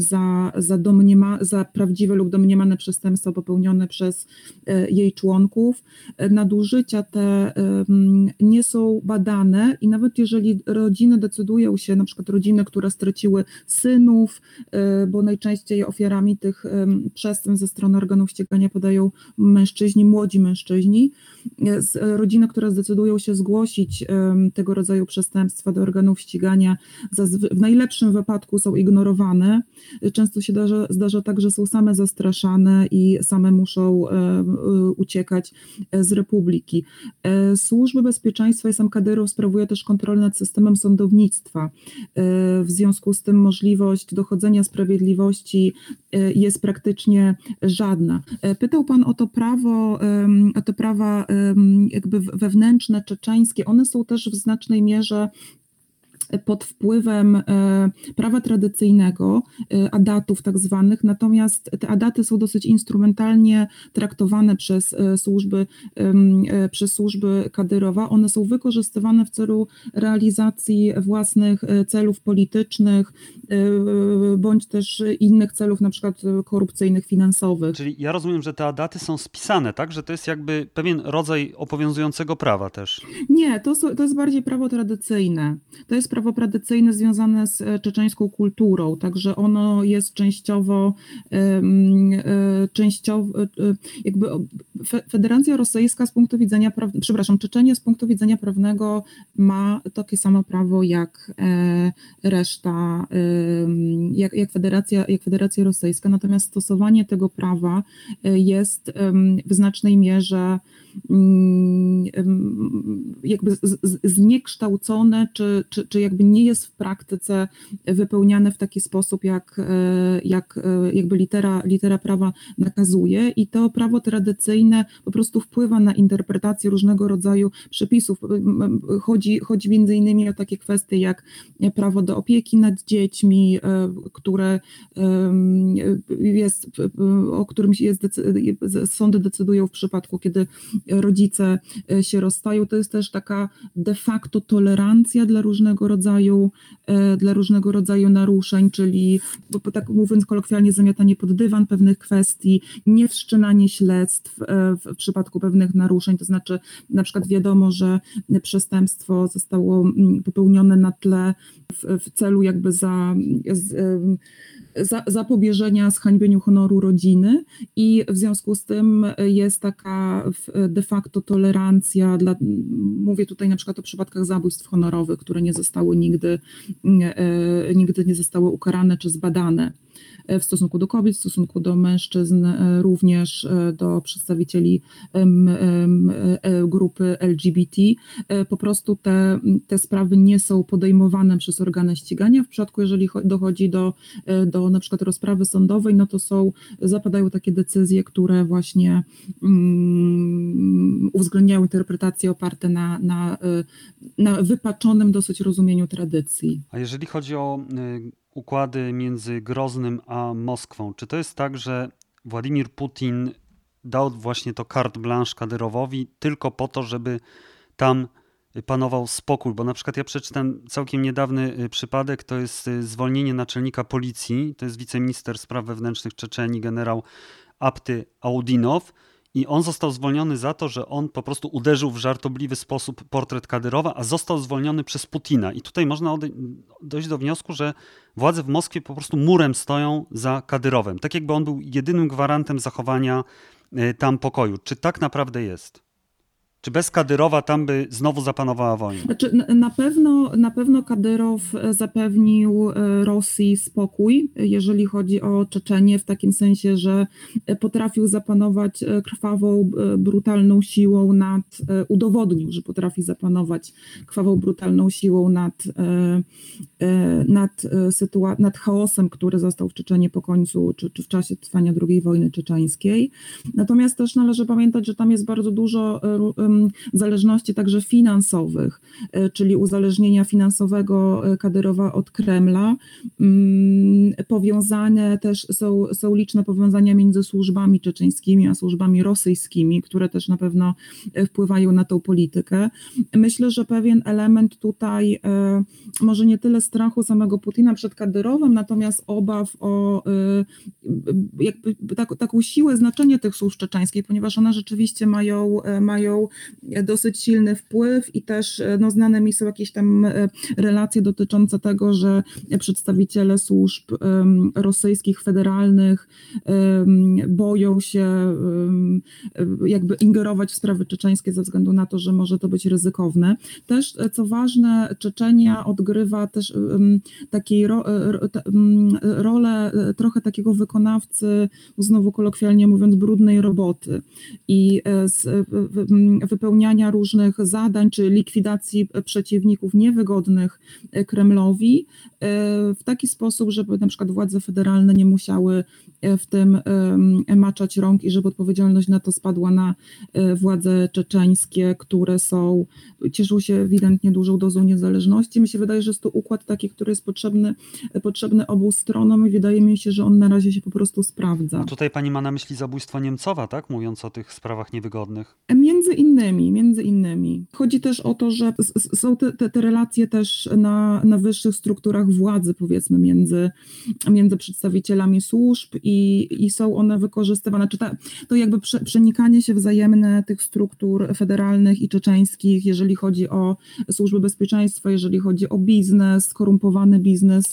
za prawdziwe lub domniemane przestępstwa popełnione przez jej członków. Nadużycia te nie są badane i nawet jeżeli rodziny decydują się, na przykład rodziny, które straciły synów, bo najczęściej ofiarami tych przestępstw ze strony organów ścigania podają młodzi mężczyźni, rodziny, które zdecydują się zgłosić tego rodzaju przestępstwa do organów ścigania, w najlepszym wypadku są ignorowane. Często się zdarza tak, że są same zastraszane i same muszą uciekać z Republiki. Służby bezpieczeństwa i sam Kadyrow sprawuje też kontrolę nad systemem sądownictwa. W związku z tym możliwość dochodzenia sprawiedliwości jest praktycznie żadna. Pytał Pan o to prawo, o te prawa jakby wewnętrzne, czeczeńskie. One są też w znacznej mierze pod wpływem prawa tradycyjnego, adatów tak zwanych, natomiast te adaty są dosyć instrumentalnie traktowane przez służby Kadyrowa. One są wykorzystywane w celu realizacji własnych celów politycznych, bądź też innych celów, na przykład korupcyjnych, finansowych.
Czyli ja rozumiem, że te adaty są spisane, tak? Że to jest jakby pewien rodzaj obowiązującego prawa też.
Nie, to jest bardziej prawo tradycyjne. To jest prawo prawo tradycyjne związane z czeczeńską kulturą, także ono jest częściowo jakby Federacja Rosyjska z punktu widzenia, Czeczenia z punktu widzenia prawnego ma takie samo prawo jak reszta, jak Federacja Rosyjska, natomiast stosowanie tego prawa jest w znacznej mierze jakby zniekształcone, czy jakby nie jest w praktyce wypełniane w taki sposób, jak jakby litera prawa nakazuje, i to prawo tradycyjne po prostu wpływa na interpretację różnego rodzaju przepisów. Chodzi między innymi o takie kwestie jak prawo do opieki nad dziećmi, o którym sądy decydują w przypadku, kiedy rodzice się rozstają. To jest też taka de facto tolerancja dla różnego rodzaju naruszeń, czyli, tak mówiąc kolokwialnie, zamiatanie pod dywan pewnych kwestii, niewszczynanie śledztw w przypadku pewnych naruszeń, to znaczy na przykład wiadomo, że przestępstwo zostało popełnione na tle w celu jakby zapobieżenia zhańbieniu honoru rodziny, i w związku z tym jest taka de facto tolerancja mówię tutaj na przykład o przypadkach zabójstw honorowych, które nigdy nie zostały ukarane czy zbadane w stosunku do kobiet, w stosunku do mężczyzn, również do przedstawicieli grupy LGBT. Po prostu te sprawy nie są podejmowane przez organy ścigania. W przypadku, jeżeli dochodzi do na przykład rozprawy sądowej, no to zapadają takie decyzje, które właśnie uwzględniają interpretacje oparte na wypaczonym dosyć rozumieniu tradycji.
A jeżeli chodzi o układy między Groznym a Moskwą, czy to jest tak, że Władimir Putin dał właśnie to carte blanche Kadyrowowi tylko po to, żeby tam panował spokój? Bo na przykład ja przeczytam całkiem niedawny przypadek, to jest zwolnienie naczelnika policji, to jest wiceminister spraw wewnętrznych Czeczenii, generał Apty Audinow, i on został zwolniony za to, że on po prostu uderzył w żartobliwy sposób portret Kadyrowa, a został zwolniony przez Putina. I tutaj można dojść do wniosku, że władze w Moskwie po prostu murem stoją za Kadyrowem. Tak jakby on był jedynym gwarantem zachowania tam pokoju. Czy tak naprawdę jest? Czy bez Kadyrowa tam by znowu zapanowała wojna?
Znaczy, na pewno Kadyrow zapewnił Rosji spokój, jeżeli chodzi o Czeczenię, w takim sensie, że potrafił zapanować krwawą, brutalną siłą udowodnił, że potrafi zapanować krwawą, brutalną siłą nad chaosem, który został w Czeczeniu po końcu, czy w czasie trwania II wojny czeczeńskiej. Natomiast też należy pamiętać, że tam jest bardzo dużo zależności także finansowych, czyli uzależnienia finansowego Kadyrowa od Kremla. Powiązane też są liczne powiązania między służbami czeczeńskimi a służbami rosyjskimi, które też na pewno wpływają na tą politykę. Myślę, że pewien element tutaj, może nie tyle strachu samego Putina przed Kadyrowem, natomiast obaw o jakby taką siłę, znaczenie tych służb czeczeńskich, ponieważ one rzeczywiście mają dosyć silny wpływ, i też znane mi są jakieś tam relacje dotyczące tego, że przedstawiciele służb rosyjskich, federalnych boją się jakby ingerować w sprawy czeczeńskie ze względu na to, że może to być ryzykowne. Też, co ważne, Czeczenia odgrywa też rolę trochę takiego wykonawcy, znowu kolokwialnie mówiąc, brudnej roboty i wypełniania różnych zadań, czy likwidacji przeciwników niewygodnych Kremlowi w taki sposób, żeby na przykład władze federalne nie musiały w tym maczać rąk i żeby odpowiedzialność na to spadła na władze czeczeńskie, które cieszą się ewidentnie dużą dozą niezależności. Mi się wydaje, że jest to układ taki, który jest potrzebny obu stronom, i wydaje mi się, że on na razie się po prostu sprawdza.
A tutaj pani ma na myśli zabójstwo Niemcowa, tak? Mówiąc o tych sprawach niewygodnych.
Między innymi, Między innymi. Chodzi też o to, że są te relacje też na wyższych strukturach władzy, powiedzmy, między przedstawicielami służb i są one wykorzystywane. To jakby przenikanie się wzajemne tych struktur federalnych i czeczeńskich, jeżeli chodzi o służby bezpieczeństwa, jeżeli chodzi o biznes, skorumpowany biznes,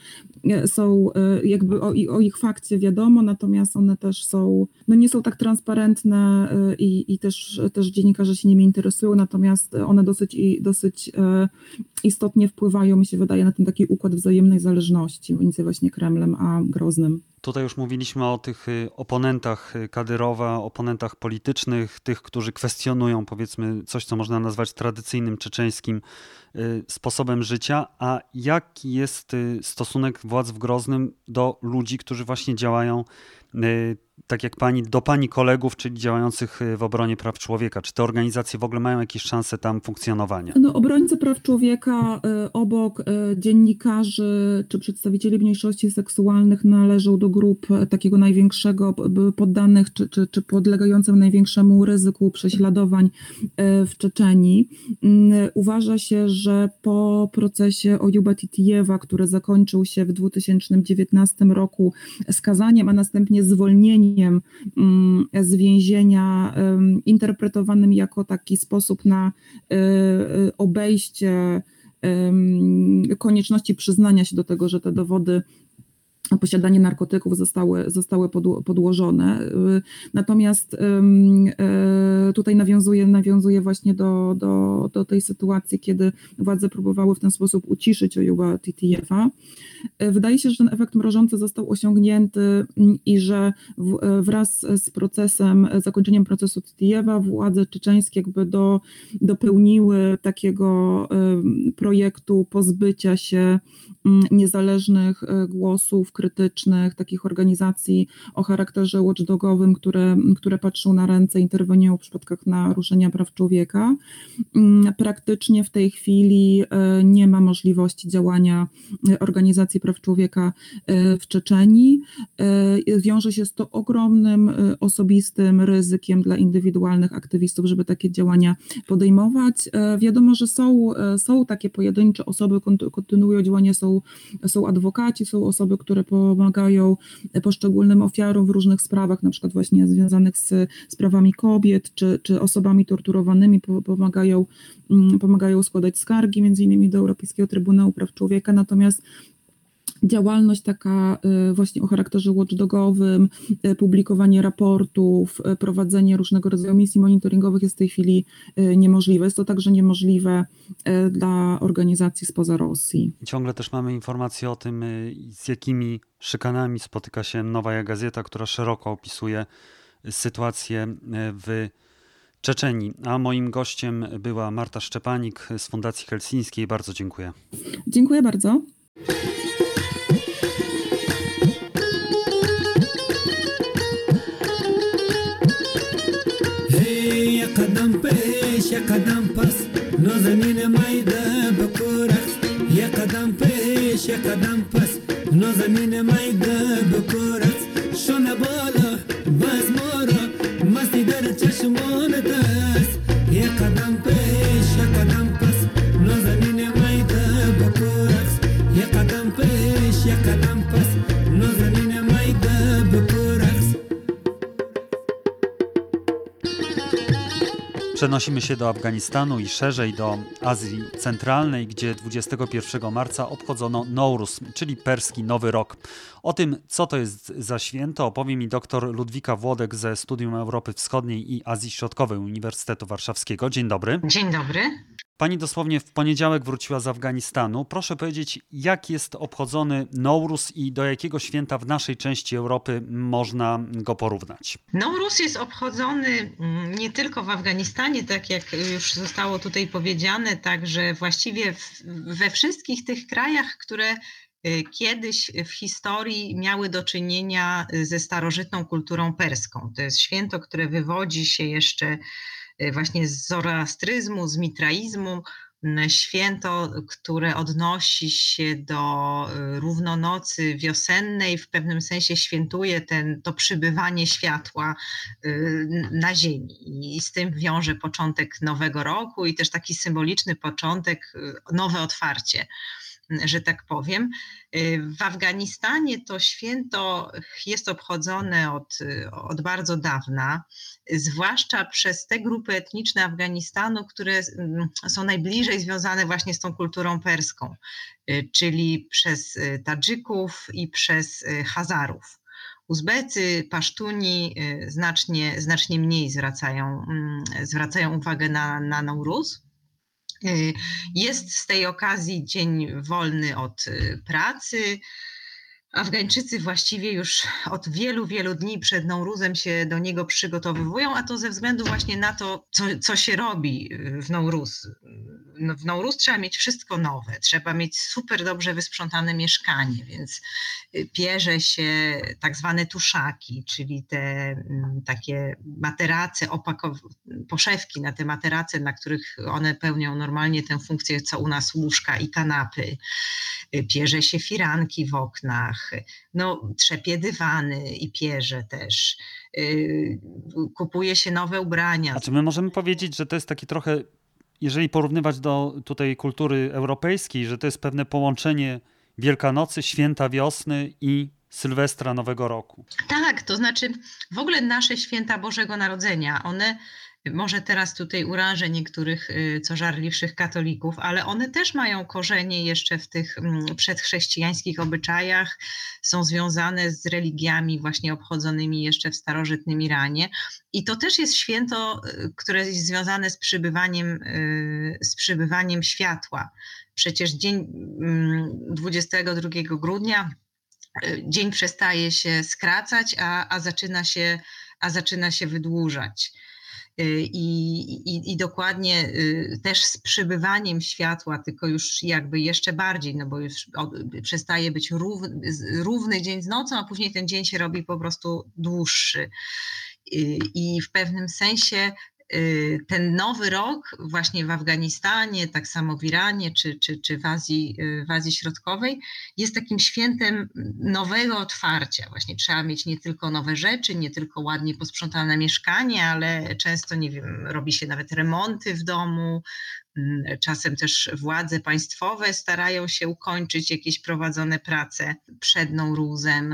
są jakby o ich fakcie wiadomo, natomiast one też są, nie są tak transparentne i też dziennikarze się nimi interesują, natomiast one dosyć istotnie wpływają, mi się wydaje, na ten taki układ wzajemnej zależności między właśnie Kremlem a Groznym.
Tutaj już mówiliśmy o tych oponentach Kadyrowa, oponentach politycznych, tych, którzy kwestionują, powiedzmy, coś, co można nazwać tradycyjnym czeczeńskim sposobem życia. A jaki jest stosunek władz w Groznym do ludzi, którzy właśnie działają tak jak do pani kolegów, czyli działających w obronie praw człowieka? Czy te organizacje w ogóle mają jakieś szanse tam funkcjonowania?
Obrońcy praw człowieka obok dziennikarzy czy przedstawicieli mniejszości seksualnych należą do grup takiego największego poddanych czy podlegającym największemu ryzyku prześladowań w Czeczenii. Uważa się, że po procesie Ojuba Titijewa, który zakończył się w 2019 roku skazaniem, a następnie zwolnieniem z więzienia, interpretowanym jako taki sposób na obejście konieczności przyznania się do tego, że te dowody o posiadanie narkotyków zostały podłożone. Natomiast tutaj nawiązuje właśnie do tej sytuacji, kiedy władze próbowały w ten sposób uciszyć Ojuba Titijewa. Wydaje się, że ten efekt mrożący został osiągnięty i że wraz z zakończeniem procesu Titijewa władze czeczeńskie jakby dopełniły takiego projektu pozbycia się niezależnych głosów krytycznych, takich organizacji o charakterze watchdogowym, które patrzą na ręce, interweniują w przypadkach naruszenia praw człowieka. Praktycznie w tej chwili nie ma możliwości działania organizacji praw człowieka w Czeczenii. Wiąże się z to ogromnym osobistym ryzykiem dla indywidualnych aktywistów, żeby takie działania podejmować. Wiadomo, że są takie pojedyncze osoby, kontynuują działanie, są adwokaci, są osoby, które pomagają poszczególnym ofiarom w różnych sprawach, na przykład właśnie związanych z sprawami kobiet, czy osobami torturowanymi, pomagają składać skargi, między innymi do Europejskiego Trybunału Praw Człowieka, natomiast działalność taka właśnie o charakterze watchdogowym, publikowanie raportów, prowadzenie różnego rodzaju misji monitoringowych jest w tej chwili niemożliwe. Jest to także niemożliwe dla organizacji spoza Rosji.
Ciągle też mamy informacje o tym, z jakimi szykanami spotyka się Nowaja Gazeta, która szeroko opisuje sytuację w Czeczenii. A moim gościem była Marta Szczepanik z Fundacji Helsińskiej. Bardzo dziękuję.
Dziękuję bardzo.
Ya kadam pas no zamine mayda bakuras ya kadam pas no zamine mayda bakuras shona bola bas mora masti dar chashmon tas ya kadam pas no zamine mayda bakuras ya kadam pas no zamine mayda bakuras.
Przenosimy się do Afganistanu i szerzej do Azji Centralnej, gdzie 21 marca obchodzono Nowruz, czyli perski Nowy Rok. O tym, co to jest za święto, opowie mi dr Ludwika Włodek ze Studium Europy Wschodniej i Azji Środkowej Uniwersytetu Warszawskiego. Dzień dobry.
Dzień dobry.
Pani dosłownie w poniedziałek wróciła z Afganistanu. Proszę powiedzieć, jak jest obchodzony Nowruz i do jakiego święta w naszej części Europy można go porównać?
Nowruz jest obchodzony nie tylko w Afganistanie, tak jak już zostało tutaj powiedziane, także właściwie we wszystkich tych krajach, które kiedyś w historii miały do czynienia ze starożytną kulturą perską. To jest święto, które wywodzi się jeszcze właśnie z zoroastryzmu, z mitraizmu. święto, które odnosi się do równonocy wiosennej, w pewnym sensie świętuje to przybywanie światła na Ziemi i z tym wiąże początek nowego roku i też taki symboliczny początek, nowe otwarcie, że tak powiem. W Afganistanie to święto jest obchodzone od bardzo dawna, zwłaszcza przez te grupy etniczne Afganistanu, które są najbliżej związane właśnie z tą kulturą perską, czyli przez Tadżyków i przez Hazarów. Uzbecy, Pasztuni znacznie mniej zwracają uwagę na Nowruz. Jest z tej okazji dzień wolny od pracy. Afgańczycy właściwie już od wielu dni przed Nowruzem się do niego przygotowują, a to ze względu właśnie na to, co się robi w Nowruz. W Nowruz trzeba mieć wszystko nowe, trzeba mieć super dobrze wysprzątane mieszkanie, więc pierze się tak zwane tuszaki, czyli te takie materace, poszewki na te materace, na których one pełnią normalnie tę funkcję, co u nas łóżka i kanapy. Pierze się firanki w oknach, trzepie dywany i pierze też. Kupuje się nowe ubrania.
A czy my możemy powiedzieć, że to jest taki trochę, jeżeli porównywać do tutaj kultury europejskiej, że to jest pewne połączenie Wielkanocy, święta wiosny i Sylwestra Nowego Roku?
Tak, to znaczy w ogóle nasze święta Bożego Narodzenia, one, może teraz tutaj urażę niektórych co żarliwszych katolików, ale one też mają korzenie jeszcze w tych przedchrześcijańskich obyczajach, są związane z religiami właśnie obchodzonymi jeszcze w starożytnym Iranie i to też jest święto, które jest związane z przybywaniem światła. Przecież dzień 22 grudnia dzień przestaje się skracać, a zaczyna się wydłużać. I dokładnie też z przybywaniem światła, tylko już jakby jeszcze bardziej, bo już przestaje być równy dzień z nocą, a później ten dzień się robi po prostu dłuższy. I w pewnym sensie ten nowy rok właśnie w Afganistanie, tak samo w Iranie czy w Azji Środkowej jest takim świętem nowego otwarcia. Właśnie trzeba mieć nie tylko nowe rzeczy, nie tylko ładnie posprzątane mieszkanie, ale często, robi się nawet remonty w domu. Czasem też władze państwowe starają się ukończyć jakieś prowadzone prace przed Nowruzem.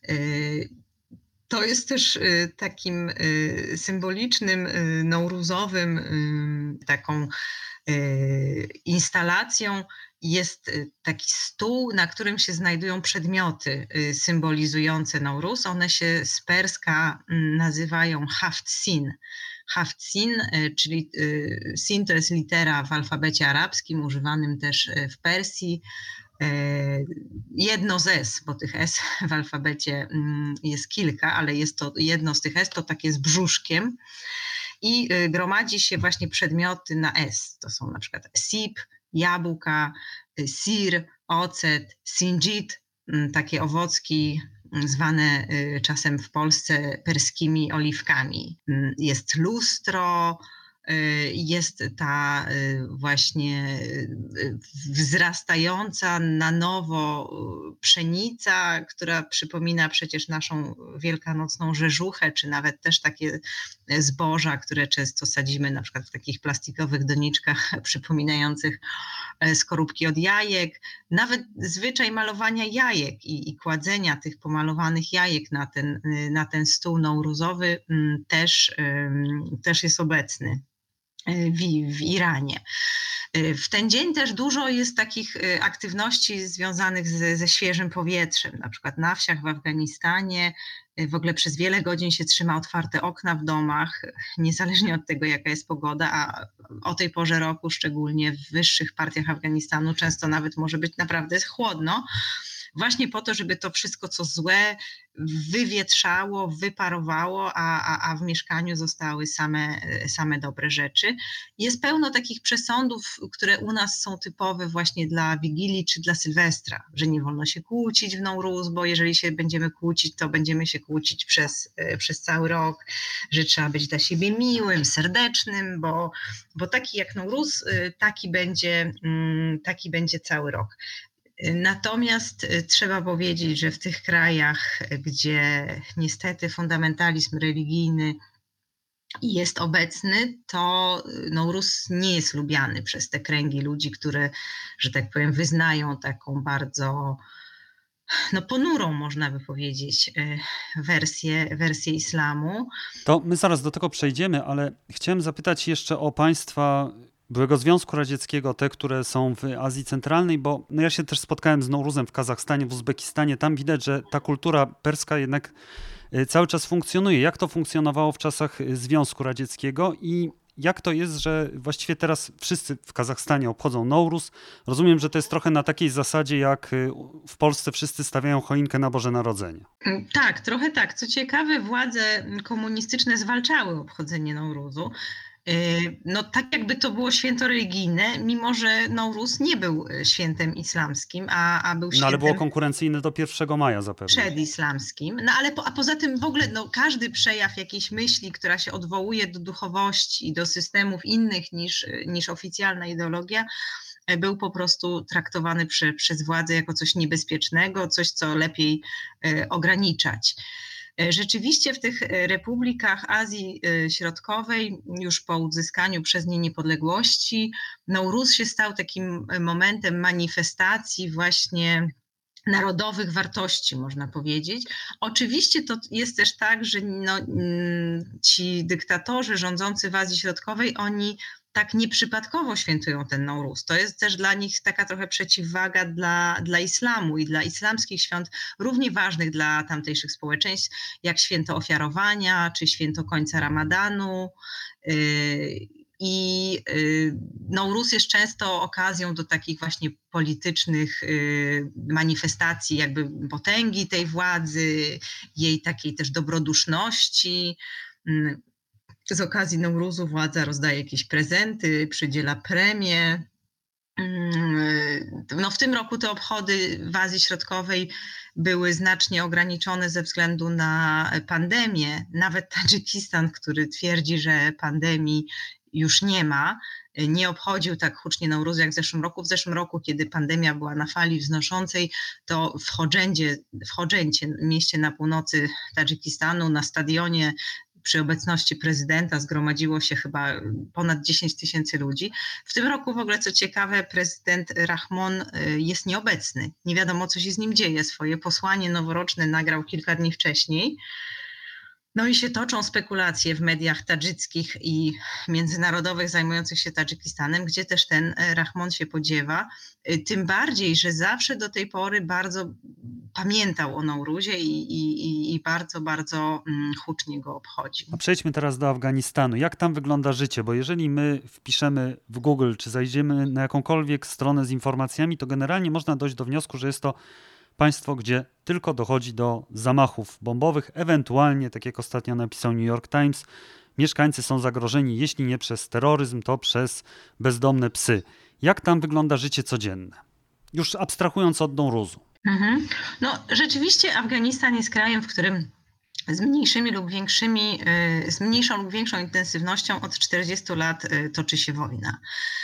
To jest też takim symbolicznym, nowruzowym taką instalacją. Jest taki stół, na którym się znajdują przedmioty symbolizujące Nowruz. One się z perska nazywają haft-sin. Haft-sin, czyli sin to jest litera w alfabecie arabskim, używanym też w Persji. Jedno z S, bo tych S w alfabecie jest kilka, ale jest to jedno z tych S, to takie z brzuszkiem i gromadzi się właśnie przedmioty na S. To są na przykład sip, jabłka, sir, ocet, sinjit, takie owocki zwane czasem w Polsce perskimi oliwkami. Jest lustro, jest ta właśnie wzrastająca na nowo pszenica, która przypomina przecież naszą wielkanocną rzeżuchę, czy nawet też takie zboża, które często sadzimy na przykład w takich plastikowych doniczkach przypominających skorupki od jajek. Nawet zwyczaj malowania jajek i kładzenia tych pomalowanych jajek na ten stół nowruzowy też jest obecny w Iranie. W ten dzień też dużo jest takich aktywności związanych ze świeżym powietrzem. Na przykład na wsiach w Afganistanie w ogóle przez wiele godzin się trzyma otwarte okna w domach, niezależnie od tego, jaka jest pogoda, a o tej porze roku, szczególnie w wyższych partiach Afganistanu, często nawet może być naprawdę chłodno. właśnie po to, żeby to wszystko, co złe, wywietrzało, wyparowało, a w mieszkaniu zostały same dobre rzeczy. Jest pełno takich przesądów, które u nas są typowe właśnie dla Wigilii czy dla Sylwestra, że nie wolno się kłócić w Nowruz, bo jeżeli się będziemy kłócić, to będziemy się kłócić przez cały rok, że trzeba być dla siebie miłym, serdecznym, bo taki jak Nowruz, taki będzie cały rok. Natomiast trzeba powiedzieć, że w tych krajach, gdzie niestety fundamentalizm religijny jest obecny, to Nowruz nie jest lubiany przez te kręgi ludzi, które, że tak powiem, wyznają taką bardzo ponurą, można by powiedzieć, wersję islamu.
To my zaraz do tego przejdziemy, ale chciałem zapytać jeszcze o państwa byłego Związku Radzieckiego, te, które są w Azji Centralnej, bo ja się też spotkałem z Nowruzem w Kazachstanie, w Uzbekistanie. Tam widać, że ta kultura perska jednak cały czas funkcjonuje. Jak to funkcjonowało w czasach Związku Radzieckiego i jak to jest, że właściwie teraz wszyscy w Kazachstanie obchodzą Nowruz? Rozumiem, że to jest trochę na takiej zasadzie, jak w Polsce wszyscy stawiają choinkę na Boże Narodzenie.
Tak, trochę tak. Co ciekawe, władze komunistyczne zwalczały obchodzenie Nowruzu. Tak jakby to było święto religijne, mimo że Nowruz nie był świętem islamskim, a był świętem...
ale było konkurencyjne do 1 maja zapewne.
Przedislamskim. A poza tym w ogóle każdy przejaw jakiejś myśli, która się odwołuje do duchowości i do systemów innych niż oficjalna ideologia, był po prostu traktowany przez władze jako coś niebezpiecznego, coś, co lepiej ograniczać. Rzeczywiście w tych republikach Azji Środkowej, już po uzyskaniu przez nie niepodległości, Nowruz się stał takim momentem manifestacji właśnie narodowych wartości, można powiedzieć. Oczywiście to jest też tak, że ci dyktatorzy rządzący w Azji Środkowej, oni tak nieprzypadkowo świętują ten Nowruz. To jest też dla nich taka trochę przeciwwaga dla islamu i dla islamskich świąt równie ważnych dla tamtejszych społeczeństw, jak święto ofiarowania czy święto końca Ramadanu. I Nowruz jest często okazją do takich właśnie politycznych manifestacji jakby potęgi tej władzy, jej takiej też dobroduszności. Z okazji Nowruzu władza rozdaje jakieś prezenty, przydziela premie. W tym roku te obchody w Azji Środkowej były znacznie ograniczone ze względu na pandemię. Nawet Tadżykistan, który twierdzi, że pandemii już nie ma, nie obchodził tak hucznie Nowruzu jak w zeszłym roku. W zeszłym roku, kiedy pandemia była na fali wznoszącej, to w Chodżencie, mieście na północy Tadżykistanu, na stadionie przy obecności prezydenta zgromadziło się chyba ponad 10 000 ludzi. W tym roku w ogóle, co ciekawe, prezydent Rahmon jest nieobecny. Nie wiadomo, co się z nim dzieje. Swoje posłanie noworoczne nagrał kilka dni wcześniej. I się toczą spekulacje w mediach tadżyckich i międzynarodowych zajmujących się Tadżykistanem, gdzie też ten Rahmon się podziewa. Tym bardziej, że zawsze do tej pory bardzo pamiętał o Nowruzie i bardzo, bardzo hucznie go obchodził.
A przejdźmy teraz do Afganistanu. Jak tam wygląda życie? Bo jeżeli my wpiszemy w Google, czy zajdziemy na jakąkolwiek stronę z informacjami, to generalnie można dojść do wniosku, że jest to państwo, gdzie tylko dochodzi do zamachów bombowych, ewentualnie, tak jak ostatnio napisał New York Times, mieszkańcy są zagrożeni, jeśli nie przez terroryzm, to przez bezdomne psy. Jak tam wygląda życie codzienne? Już abstrahując od Nowruzu.
Rzeczywiście Afganistan jest krajem, w którym z mniejszą lub większą intensywnością od 40 lat toczy się wojna.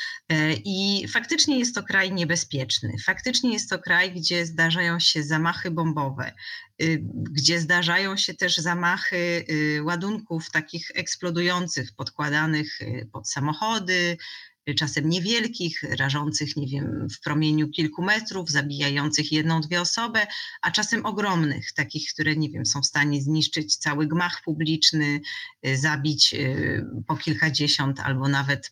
I faktycznie jest to kraj niebezpieczny. Faktycznie jest to kraj, gdzie zdarzają się zamachy bombowe, gdzie zdarzają się też zamachy ładunków takich eksplodujących, podkładanych pod samochody, czasem niewielkich, rażących, w promieniu kilku metrów, zabijających 1-2 osoby, a czasem ogromnych, takich, które, są w stanie zniszczyć cały gmach publiczny, zabić po kilkadziesiąt albo nawet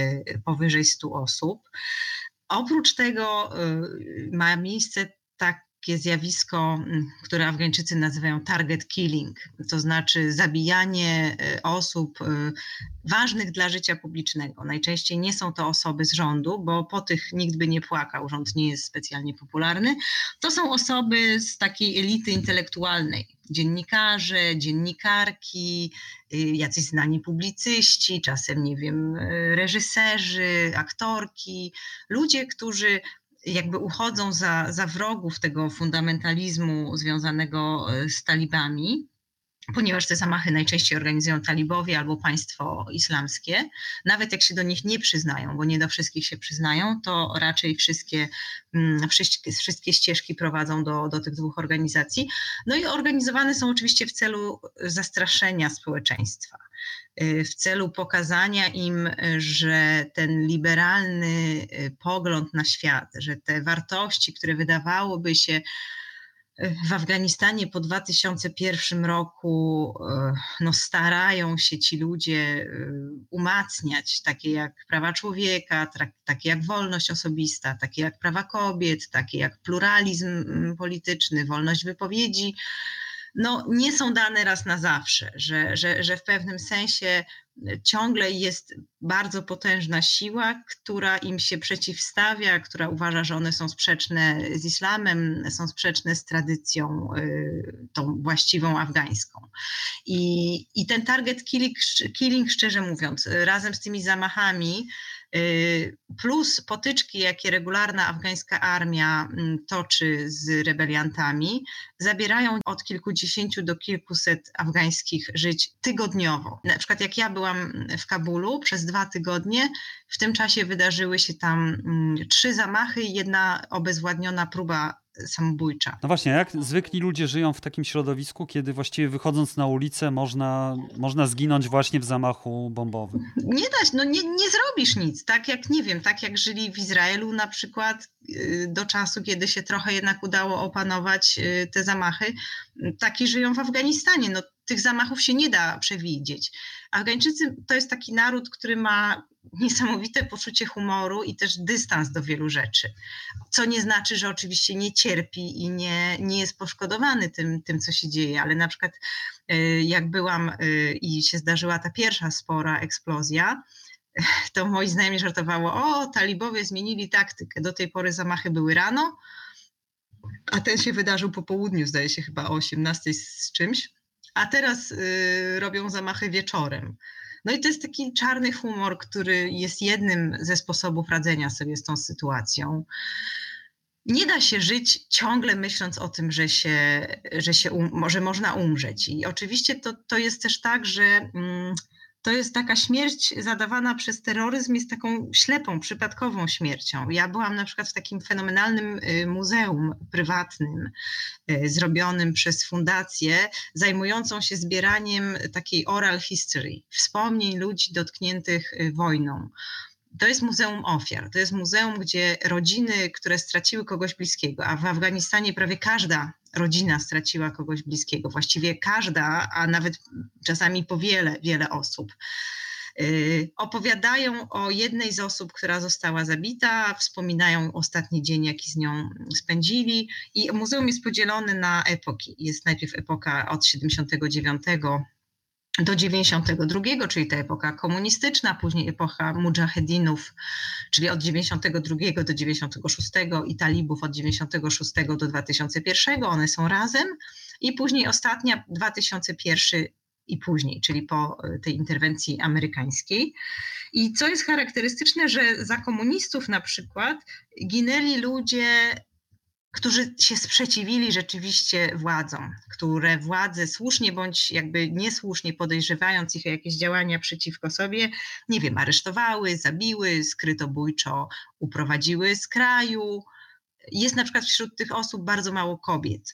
powyżej 100 osób. Oprócz tego ma miejsce takie zjawisko, które Afgańczycy nazywają target killing, to znaczy zabijanie osób ważnych dla życia publicznego. Najczęściej nie są to osoby z rządu, bo po tych nikt by nie płakał, rząd nie jest specjalnie popularny. To są osoby z takiej elity intelektualnej, dziennikarze, dziennikarki, jacyś znani publicyści, czasem, nie wiem, reżyserzy, aktorki, ludzie, którzy jakby uchodzą za wrogów tego fundamentalizmu związanego z talibami, ponieważ te zamachy najczęściej organizują talibowie albo państwo islamskie. Nawet jak się do nich nie przyznają, bo nie do wszystkich się przyznają, to raczej wszystkie ścieżki prowadzą do tych dwóch organizacji. No i organizowane są oczywiście w celu zastraszenia społeczeństwa, w celu pokazania im, że ten liberalny pogląd na świat, że te wartości, które wydawałoby się w Afganistanie po 2001 roku starają się ci ludzie umacniać, takie jak prawa człowieka, takie jak wolność osobista, takie jak prawa kobiet, takie jak pluralizm polityczny, wolność wypowiedzi, nie są dane raz na zawsze, że w pewnym sensie ciągle jest bardzo potężna siła, która im się przeciwstawia, która uważa, że one są sprzeczne z islamem, są sprzeczne z tradycją tą właściwą afgańską. I ten target killing, szczerze mówiąc, razem z tymi zamachami, plus potyczki, jakie regularna afgańska armia toczy z rebeliantami, zabierają od kilkudziesięciu do kilkuset afgańskich żyć tygodniowo. Na przykład jak ja byłam w Kabulu przez 2 tygodnie, w tym czasie wydarzyły się tam 3 zamachy i 1 obezwładniona próba samobójcza.
No właśnie, jak zwykli ludzie żyją w takim środowisku, kiedy właściwie wychodząc na ulicę można zginąć właśnie w zamachu bombowym?
Nie dać, nie zrobisz nic. Tak jak, nie wiem, tak jak żyli w Izraelu na przykład do czasu, kiedy się trochę jednak udało opanować te zamachy, taki żyją w Afganistanie. Tych zamachów się nie da przewidzieć. Afgańczycy to jest taki naród, który ma niesamowite poczucie humoru i też dystans do wielu rzeczy. Co nie znaczy, że oczywiście nie cierpi i nie jest poszkodowany tym, co się dzieje, ale na przykład jak byłam i się zdarzyła ta pierwsza spora eksplozja, to moi znajomi żartowało, talibowie zmienili taktykę, do tej pory zamachy były rano, a ten się wydarzył po południu, zdaje się chyba o 18 z czymś, a teraz robią zamachy wieczorem. I to jest taki czarny humor, który jest jednym ze sposobów radzenia sobie z tą sytuacją. Nie da się żyć ciągle myśląc o tym, że można umrzeć. I oczywiście to jest też tak, że to jest taka śmierć zadawana przez terroryzm, jest taką ślepą, przypadkową śmiercią. Ja byłam na przykład w takim fenomenalnym muzeum prywatnym, zrobionym przez fundację, zajmującą się zbieraniem takiej oral history, wspomnień ludzi dotkniętych wojną. To jest muzeum ofiar, to jest muzeum, gdzie rodziny, które straciły kogoś bliskiego, a w Afganistanie prawie każda rodzina straciła kogoś bliskiego, właściwie każda, a nawet czasami po wiele osób. Opowiadają o jednej z osób, która została zabita, wspominają ostatni dzień, jaki z nią spędzili i muzeum jest podzielone na epoki. Jest najpierw epoka od 79 do 92, czyli ta epoka komunistyczna, później epoka mudżahedinów, czyli od 92 do 96 i talibów od 96 do 2001, one są razem i później ostatnia 2001 i później, czyli po tej interwencji amerykańskiej. I co jest charakterystyczne, że za komunistów na przykład ginęli ludzie, którzy się sprzeciwili rzeczywiście władzom, które władze słusznie bądź jakby niesłusznie podejrzewając ich o jakieś działania przeciwko sobie, nie wiem, aresztowały, zabiły, skrytobójczo uprowadziły z kraju. Jest na przykład wśród tych osób bardzo mało kobiet.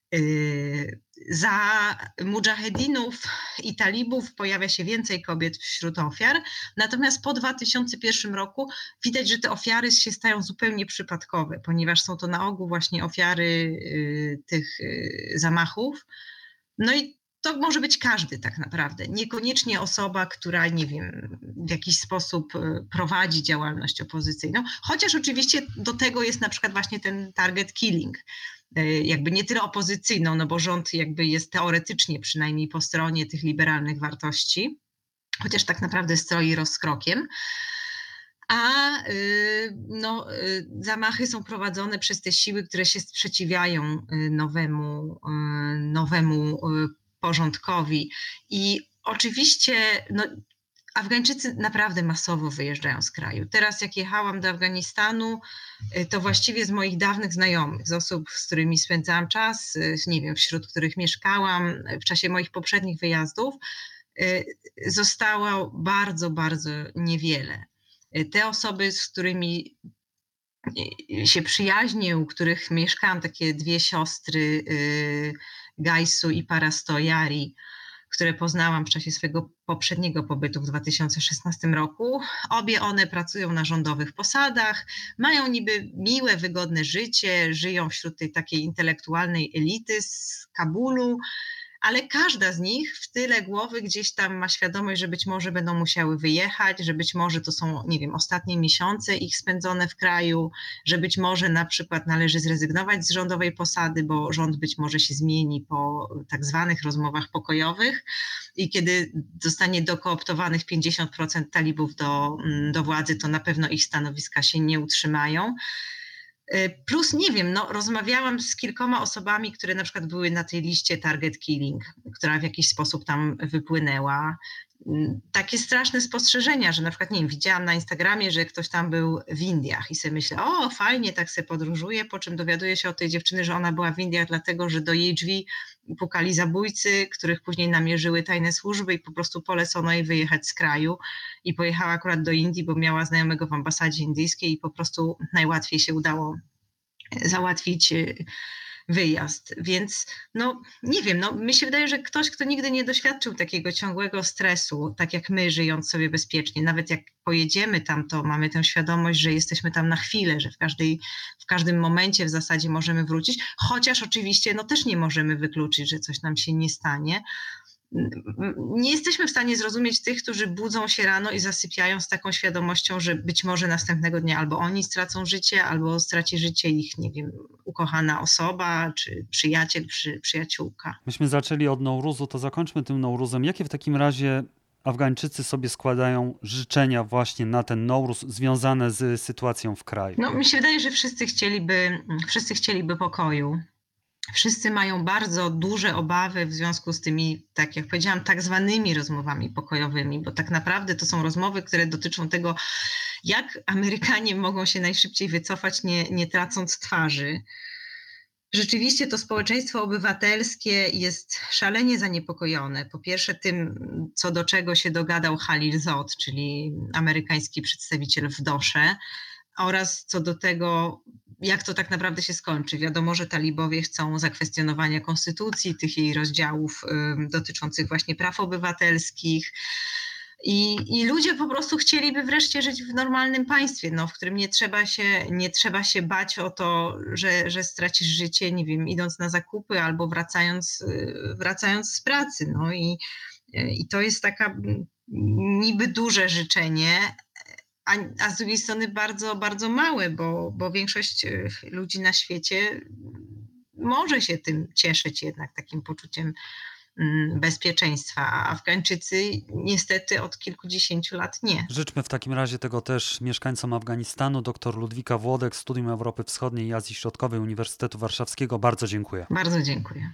Za mudżahedinów i talibów pojawia się więcej kobiet wśród ofiar, natomiast po 2001 roku widać, że te ofiary się stają zupełnie przypadkowe, ponieważ są to na ogół właśnie ofiary tych zamachów. I to może być każdy tak naprawdę, niekoniecznie osoba, która, nie wiem, w jakiś sposób prowadzi działalność opozycyjną, chociaż oczywiście do tego jest na przykład właśnie ten target killing. jakby nie tyle opozycyjną, no bo rząd jakby jest teoretycznie przynajmniej po stronie tych liberalnych wartości, chociaż tak naprawdę stroi rozkrokiem. A zamachy są prowadzone przez te siły, które się sprzeciwiają nowemu porządkowi. I oczywiście Afgańczycy naprawdę masowo wyjeżdżają z kraju. Teraz jak jechałam do Afganistanu, to właściwie z moich dawnych znajomych, z osób, z którymi spędzałam czas, nie wiem, wśród których mieszkałam w czasie moich poprzednich wyjazdów, zostało bardzo, bardzo niewiele. Te osoby, z którymi się przyjaźnię, u których mieszkałam, takie dwie siostry, Gajsu i Parastojari, które poznałam w czasie swojego poprzedniego pobytu w 2016 roku. Obie one pracują na rządowych posadach, mają niby miłe, wygodne życie, żyją wśród tej takiej intelektualnej elity z Kabulu, ale każda z nich w tyle głowy gdzieś tam ma świadomość, że być może będą musiały wyjechać, że być może to są, nie wiem, ostatnie miesiące ich spędzone w kraju, że być może na przykład należy zrezygnować z rządowej posady, bo rząd być może się zmieni po tak zwanych rozmowach pokojowych i kiedy zostanie dokooptowanych 50% talibów do władzy, to na pewno ich stanowiska się nie utrzymają. Plus, nie wiem, rozmawiałam z kilkoma osobami, które na przykład były na tej liście Target Killing, która w jakiś sposób tam wypłynęła. Takie straszne spostrzeżenia, że na przykład, nie wiem, widziałam na Instagramie, że ktoś tam był w Indiach i sobie myślę, o fajnie, tak sobie podróżuje, po czym dowiaduję się od tej dziewczyny, że ona była w Indiach dlatego, że do jej drzwi pukali zabójcy, których później namierzyły tajne służby i po prostu polecono jej wyjechać z kraju i pojechała akurat do Indii, bo miała znajomego w ambasadzie indyjskiej i po prostu najłatwiej się udało załatwić wyjazd. Więc nie wiem, mi się wydaje, że ktoś, kto nigdy nie doświadczył takiego ciągłego stresu, tak jak my, żyjąc sobie bezpiecznie, nawet jak pojedziemy tam, to mamy tę świadomość, że jesteśmy tam na chwilę, że w każdym momencie w zasadzie możemy wrócić, chociaż oczywiście też nie możemy wykluczyć, że coś nam się nie stanie. Nie jesteśmy w stanie zrozumieć tych, którzy budzą się rano i zasypiają z taką świadomością, że być może następnego dnia albo oni stracą życie, albo straci życie ich, nie wiem, ukochana osoba, czy przyjaciel, przyjaciółka.
Myśmy zaczęli od Nowruzu, to zakończmy tym Nowruzem. Jakie w takim razie Afgańczycy sobie składają życzenia właśnie na ten Nowruz związane z sytuacją w kraju?
Mi się wydaje, że wszyscy chcieliby pokoju. Wszyscy mają bardzo duże obawy w związku z tymi, tak jak powiedziałam, tak zwanymi rozmowami pokojowymi, bo tak naprawdę to są rozmowy, które dotyczą tego, jak Amerykanie mogą się najszybciej wycofać, nie tracąc twarzy. Rzeczywiście to społeczeństwo obywatelskie jest szalenie zaniepokojone. Po pierwsze tym, co do czego się dogadał Khalil Zod, czyli amerykański przedstawiciel w Dosze, oraz co do tego, jak to tak naprawdę się skończy. Wiadomo, że talibowie chcą zakwestionowania konstytucji, tych jej rozdziałów dotyczących właśnie praw obywatelskich. I ludzie po prostu chcieliby wreszcie żyć w normalnym państwie, w którym nie trzeba się bać o to, że stracisz życie, nie wiem, idąc na zakupy albo wracając z pracy. I to jest taka niby duże życzenie, a z drugiej strony bardzo, bardzo małe, bo większość ludzi na świecie może się tym cieszyć jednak takim poczuciem bezpieczeństwa, a Afgańczycy niestety od kilkudziesięciu lat nie.
Życzmy w takim razie tego też mieszkańcom Afganistanu. Dr Ludwika Włodek, Studium Europy Wschodniej i Azji Środkowej Uniwersytetu Warszawskiego. Bardzo dziękuję.
Bardzo dziękuję.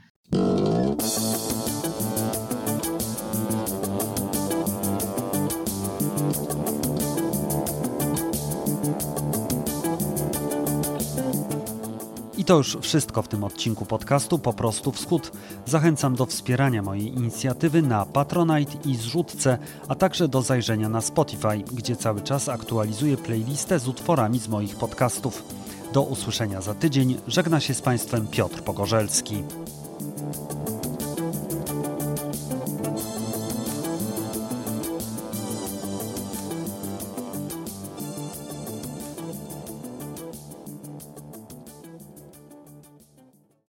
I to już wszystko w tym odcinku podcastu Po prostu Wschód. Zachęcam do wspierania mojej inicjatywy na Patronite i Zrzutce, a także do zajrzenia na Spotify, gdzie cały czas aktualizuję playlistę z utworami z moich podcastów. Do usłyszenia za tydzień. Żegna się z Państwem Piotr Pogorzelski.